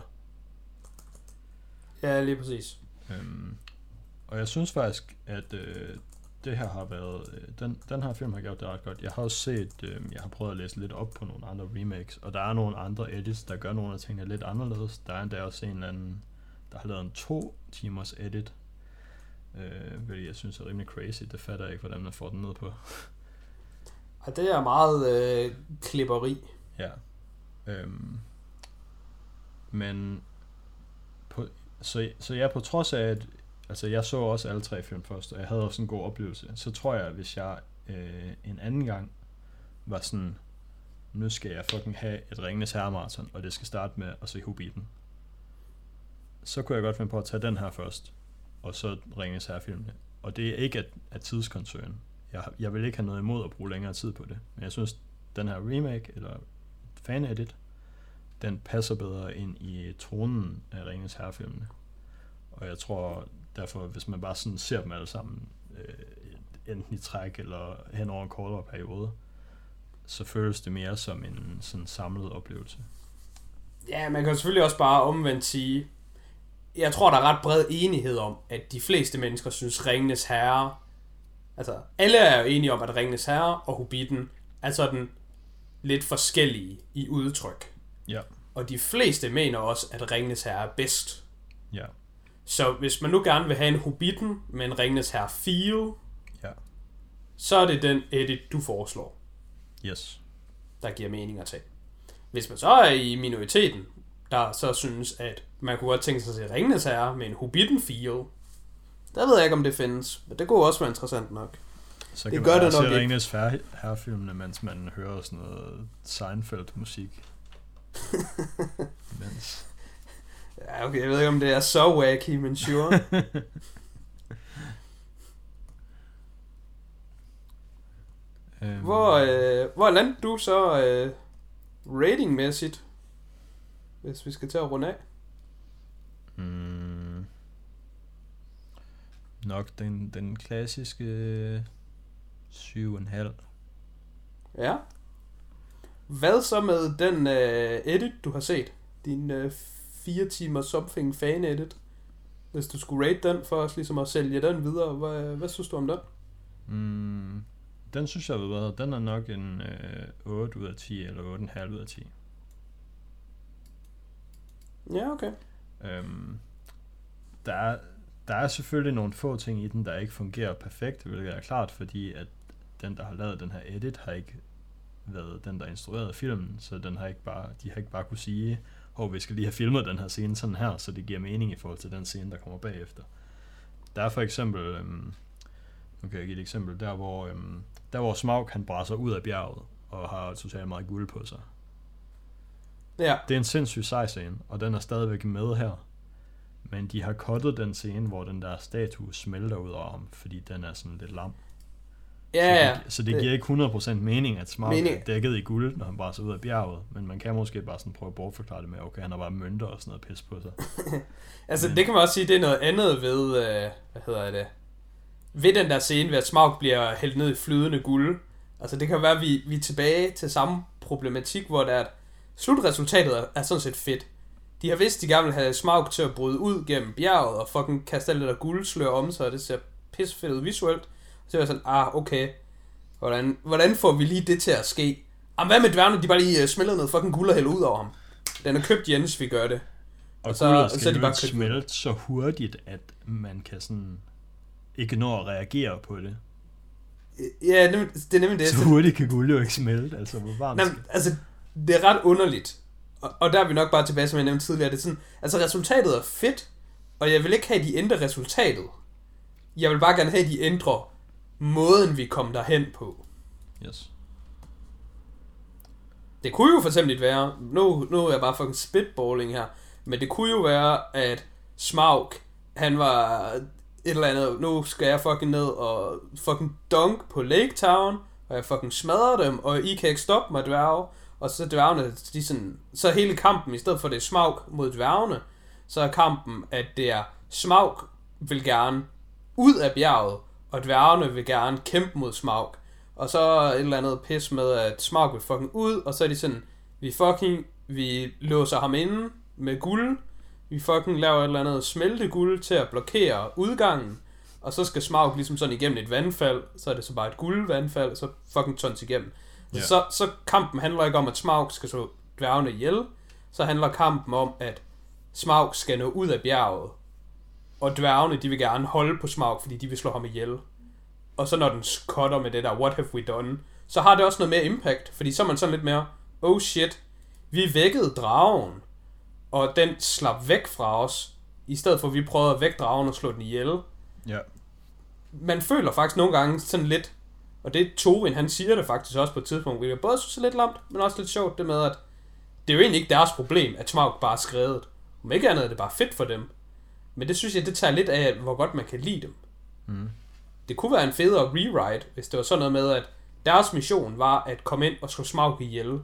Ja, lige præcis. Øhm, og jeg synes faktisk, at øh, det her har været, øh, den, den her film har gjort det ret godt. Jeg har også set, øh, jeg har prøvet at læse lidt op på nogle andre remakes, og der er nogle andre edits, der gør nogle af tingene lidt anderledes. Der er endda også en eller anden, der har lavet en to timers edit, øh, hvilket jeg synes er rimelig crazy. Det fatter jeg ikke, hvordan man får den ned på. Og det er meget øh, klipperi. Ja. Øhm, men på, så, så ja, på trods af, at altså jeg så også alle tre film først, og jeg havde også en god oplevelse. Så tror jeg, at hvis jeg øh, en anden gang var sådan, nu skal jeg fucking have et Ringenes Herre-marathon, og det skal starte med at se Hobbiten, så kunne jeg godt finde på at tage den her først, og så Ringenes Herre-filmene. Og det er ikke af, af tidskoncern. Jeg, jeg vil ikke have noget imod at bruge længere tid på det, men jeg synes, den her remake, eller fan-edit, den passer bedre ind i tonen af Ringenes Herre-filmene. Og jeg tror derfor, hvis man bare sådan ser dem alle sammen, øh, enten i træk eller hen over en kortere periode, så føles det mere som en sådan samlet oplevelse. Ja, man kan selvfølgelig også bare omvendt sige, jeg tror, der er ret bred enighed om, at de fleste mennesker synes Ringenes Herre, altså alle er jo enige om, at Ringenes Herre og Hobbiten er sådan lidt forskellige i udtryk. Ja. Og de fleste mener også, at Ringenes Herre er bedst. Ja. Så hvis man nu gerne vil have en Hobbiten med en Ringenes Herre feel, ja. så er det den edit, du foreslår. Yes. Der giver mening at tage. Hvis man så er i minoriteten, der så synes, at man kunne godt tænke sig at se Ringenes Herre med en Hobbiten feel, der ved jeg ikke, om det findes. Men det kunne også være interessant nok. Så kan det man også se Ringenes Herre-filmene, mens man hører sådan noget Seinfeld-musik. mens... Ja, okay, jeg ved ikke, om det er så wacky, men sure. um... Hvor, øh, hvor landte du så øh, ratingmæssigt, hvis vi skal til at runde af? Mm. Nok den, den klassiske syv komma fem. Ja. Hvad så med den øh, edit, du har set? Din øh, fire timer something fan edit. Hvis du skulle rate den for os ligesom at sælge den videre, hvad, hvad synes du om den? Mm, den synes jeg, ved, den er nok en øh, otte ud af ti eller otte komma fem ud af ti. Ja, okay. Øhm, der, er, der er selvfølgelig nogle få ting i den, der ikke fungerer perfekt, hvilket er klart, fordi at den, der har lavet den her edit, har ikke været den, der instruerede filmen, så den har ikke bare, de har ikke bare kunne sige, hov, vi skal lige have filmet den her scene sådan her, så det giver mening i forhold til den scene, der kommer bagefter. Der er for eksempel, øhm, nu kan jeg give et eksempel, der hvor, øhm, der hvor Smaug han brænder ud af bjerget, og har totalt meget guld på sig. Ja. Det er en sindssygt sej scene, og den er stadigvæk med her. Men de har cuttet den scene, hvor den der statue smelter ud af ham, fordi den er sådan lidt lam. Ja, så det, så det, det giver ikke hundrede procent mening, at Smaug mening. er dækket i guld, når han brænder ud af bjerget. Men man kan måske bare sådan prøve at bortforklare det med, okay, han har bare mønter og sådan noget pis på sig. altså, men... det kan man også sige, det er noget andet ved, øh, hvad hedder det, ved den der scene, ved at Smaug bliver hældt ned i flydende guld. Altså, det kan være, at vi, vi er tilbage til samme problematik, hvor der er, at slutresultatet er, er sådan set fedt. De har vidst, de gerne vil have Smaug til at bryde ud gennem bjerget, og fucking kaste alt det der guldslør om sig, og det ser pissefedt ud visuelt. Så er jeg sådan, ah, okay, hvordan, hvordan får vi lige det til at ske? Ah, hvad med dværgene, de bare lige uh, smelter noget fucking guld og hælder ud over ham. Den er købt Jens, vi gør det. Og, og så, guldet skal så de bare smelte så hurtigt, at man kan sådan ikke nå at reagere på det. Ja, det, det er nemlig det. Så hurtigt kan guld jo ikke smelte, altså hvor varmt. Nej, altså, det er ret underligt. Og, og der er vi nok bare tilbage, som jeg nævnte tidligere. Det er sådan, altså resultatet er fedt, og jeg vil ikke have, at de ændrer resultatet. Jeg vil bare gerne have, at de ændrer måden, vi kom derhen på. Yes. Det kunne jo for eksempel være, nu, nu er jeg bare fucking spitballing her, men det kunne jo være, at Smaug, han var et eller andet, nu skal jeg fucking ned og fucking dunk på Lake Town, og jeg fucking smadrer dem, og I kan ikke stoppe mig, dværge. Og så dværgene, de sådan, så hele kampen, i stedet for det er Smaug mod dværgene, så er kampen, at det er Smaug vil gerne ud af bjerget, og dværgene vil gerne kæmpe mod Smaug. Og så er et eller andet pis med, at Smaug vil fucking ud, og så er de sådan, vi fucking, vi låser ham inde med guld, vi fucking laver et eller andet smelteguld til at blokere udgangen, og så skal Smaug ligesom sådan igennem et vandfald, så er det så bare et guldvandfald, så fucking tons igennem. Yeah. Så, så kampen handler ikke om, at Smaug skal slå dværgene ihjel, så handler kampen om, at Smaug skal nå ud af bjerget, og dværgene, de vil gerne holde på Smaug, fordi de vil slå ham ihjel. Og så når den cutter med det der, what have we done, så har det også noget mere impact, fordi så er man sådan lidt mere, oh shit, vi vækkede dragen, og den slap væk fra os, i stedet for at vi prøvede at vække dragen og slå den ihjel. Ja. Man føler faktisk nogle gange sådan lidt, og det er Thorin, han siger det faktisk også på et tidspunkt, hvilket både synes er lidt lamt, men også lidt sjovt, det med, at det er jo egentlig ikke deres problem, at Smaug bare er skrevet. Om ikke andet er det bare fedt for dem. Men det synes jeg, det tager lidt af, hvor godt man kan lide dem. Mm. Det kunne være en federe rewrite, hvis det var sådan noget med, at deres mission var at komme ind og slå Smaug ihjel.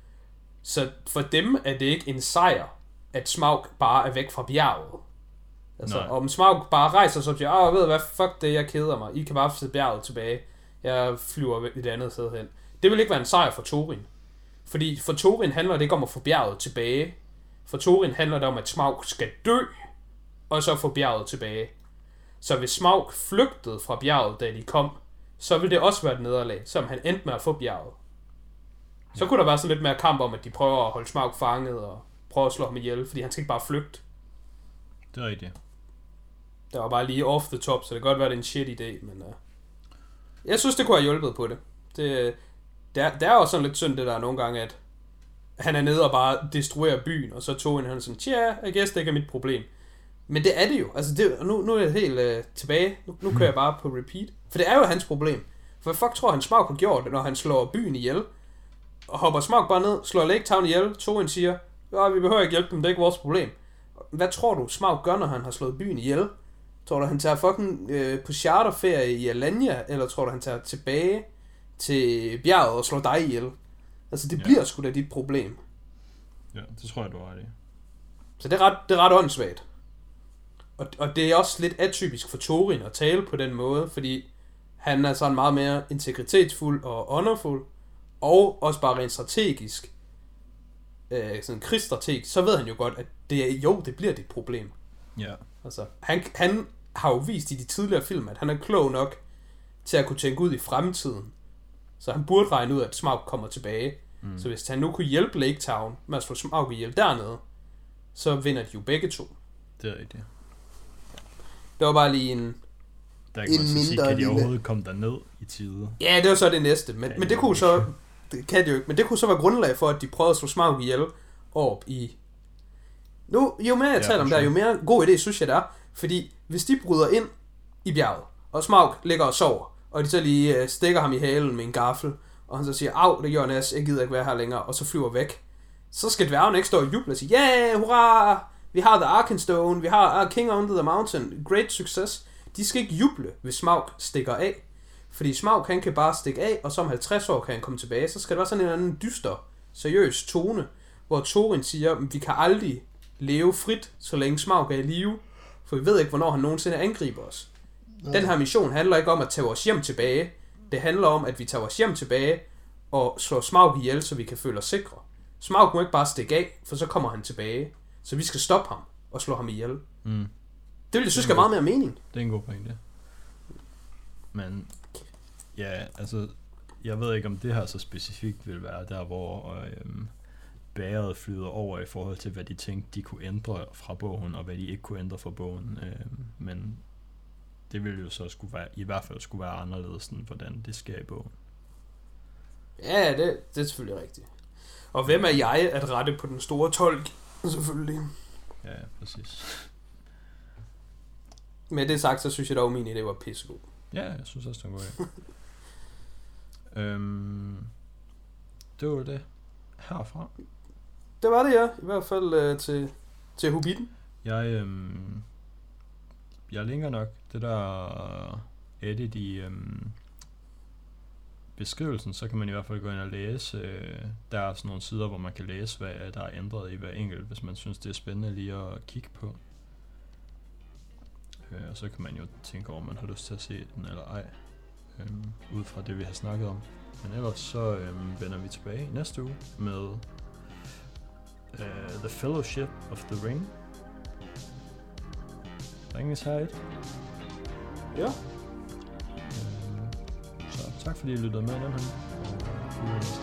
Så for dem er det ikke en sejr, at Smaug bare er væk fra bjerget. Altså, Nej. om Smaug bare rejser sig og siger, åh, ved du hvad, fuck det, jeg keder mig. I kan bare se bjerget tilbage. Jeg flyver et andet sted hen. Det vil ikke være en sejr for Thorin. Fordi for Thorin handler det ikke om at få bjerget tilbage. For Thorin handler det om, at Smaug skal dø, og så få bjerget tilbage. Så hvis Smaug flygtede fra bjerget, da de kom, så ville det også være et nederlag, som han endte med at få bjerget. Så kunne der være sådan lidt mere kamp om, at de prøver at holde Smaug fanget og prøver at slå ham ihjel, fordi han skal ikke bare flygte. Det er rigtigt. Det var bare lige off the top, så det kan godt være, det er en shit idé, men uh, jeg synes, det kunne have hjulpet på det. Det, det, er, det er jo sådan lidt synd, det der nogle gange, at han er nede og bare destruerer byen, og så tog han sådan, tja, jeg guess det ikke er mit problem. Men det er det jo. Altså, det, nu, nu er jeg helt uh, tilbage. Nu, nu kører jeg bare på repeat. For det er jo hans problem. For hvad fuck tror han Smaug har gjort, når han slår byen ihjel? Og hopper Smaug bare ned, slår Lake Town ihjel. Thorin siger, ja, vi behøver ikke hjælpe dem, det er ikke vores problem. Hvad tror du Smaug gør, når han har slået byen ihjel? Tror du, han tager fucking øh, på charterferie i Alanya? Eller tror du, han tager tilbage til bjerget og slår dig ihjel? Altså, det Ja. bliver sgu da dit problem. Ja, det tror jeg, du har ret i. Så det er ret, det er ret åndssvagt. Og, og det er også lidt atypisk for Thorin at tale på den måde, fordi han er sådan meget mere integritetsfuld og honorful, og også bare rent strategisk, øh, sådan krigsstrategisk, så ved han jo godt, at det er, jo, det bliver dit problem. Ja. Altså, han, han har jo vist i de tidligere film, at han er klog nok til at kunne tænke ud i fremtiden. Så han burde regne ud, at Smaug kommer tilbage. Mm. Så hvis han nu kunne hjælpe Lake Town med at slå Smaug ihjel dernede, så vinder de jo begge to. Det er rigtigt. Det var bare lige en... Der kan En man så sige, mindre kan de lille- overhovedet komme derned i tide? Ja, det var så det næste. Men, Ja, men det det var kunne ikke. så... Det kan det jo ikke. Men det kunne så være grundlag for, at de prøvede at slå Smaug ihjel op i... Nu, jo mere jeg Ja, taler om for det, jo mere god idé synes jeg, det er. Fordi hvis de bryder ind i bjerget, og Smaug ligger og sover, og de så lige øh, stikker ham i halen med en gaffel, og han så siger, au, det gjorde Nas, jeg gider ikke være her længere, og så flyver væk. Så skal dværgen ikke stå og juble og sige, ja, yeah, hurra, vi har The Arkenstone, vi har King Under the Mountain, great success. De skal ikke juble, hvis Smaug stikker af. Fordi Smaug, han kan bare stikke af, og så om halvtreds år kan han komme tilbage. Så skal der være sådan en eller anden dyster, seriøs tone, hvor Thorin siger, vi kan aldrig leve frit, så længe Smaug er i live, for vi ved ikke, hvornår han nogensinde angriber os. Ja. Den her mission handler ikke om at tage vores hjem tilbage. Det handler om, at vi tager vores hjem tilbage og slår Smaug ihjel, så vi kan føle os sikre. Smaug må ikke bare stikke af, for så kommer han tilbage. Så vi skal stoppe ham og slå ham ihjel. Mm. Det vil jeg synes, skal meget mere mening. Det er en god pointe. Men ja, altså, jeg ved ikke, om det her så specifikt vil være der, hvor øhm, bæret flyder over i forhold til, hvad de tænkte, de kunne ændre fra bogen, og hvad de ikke kunne ændre fra bogen. Øhm, men det ville jo så skulle være, i hvert fald skulle være anderledes, end hvordan det sker i bogen. Ja, det, det er selvfølgelig rigtigt. Og hvem er jeg at rette på den store tolk? Selvfølgelig. Ja, ja, præcis. Med det sagt, så synes jeg dog, at min idé var pissegod. Ja, jeg synes også, det var godt. øhm, det var det herfra. Det var det, ja. I hvert fald øh, til, til Hobbiten. Jeg, øhm, jeg linker nok det der edit i øhm, beskrivelsen, så kan man i hvert fald gå ind og læse. Øh, der er sådan nogle sider, hvor man kan læse, hvad der er ændret i hver enkelt, hvis man synes, det er spændende lige at kigge på. Øh, og så kan man jo tænke over, om man har lyst til at se den eller ej, øhm, ud fra det, vi har snakket om. Men ellers så øhm, vender vi tilbage næste uge med uh, The Fellowship of the Ring. Ringens Herre. Ja. Øhm, så tak fordi I lyttede med den her.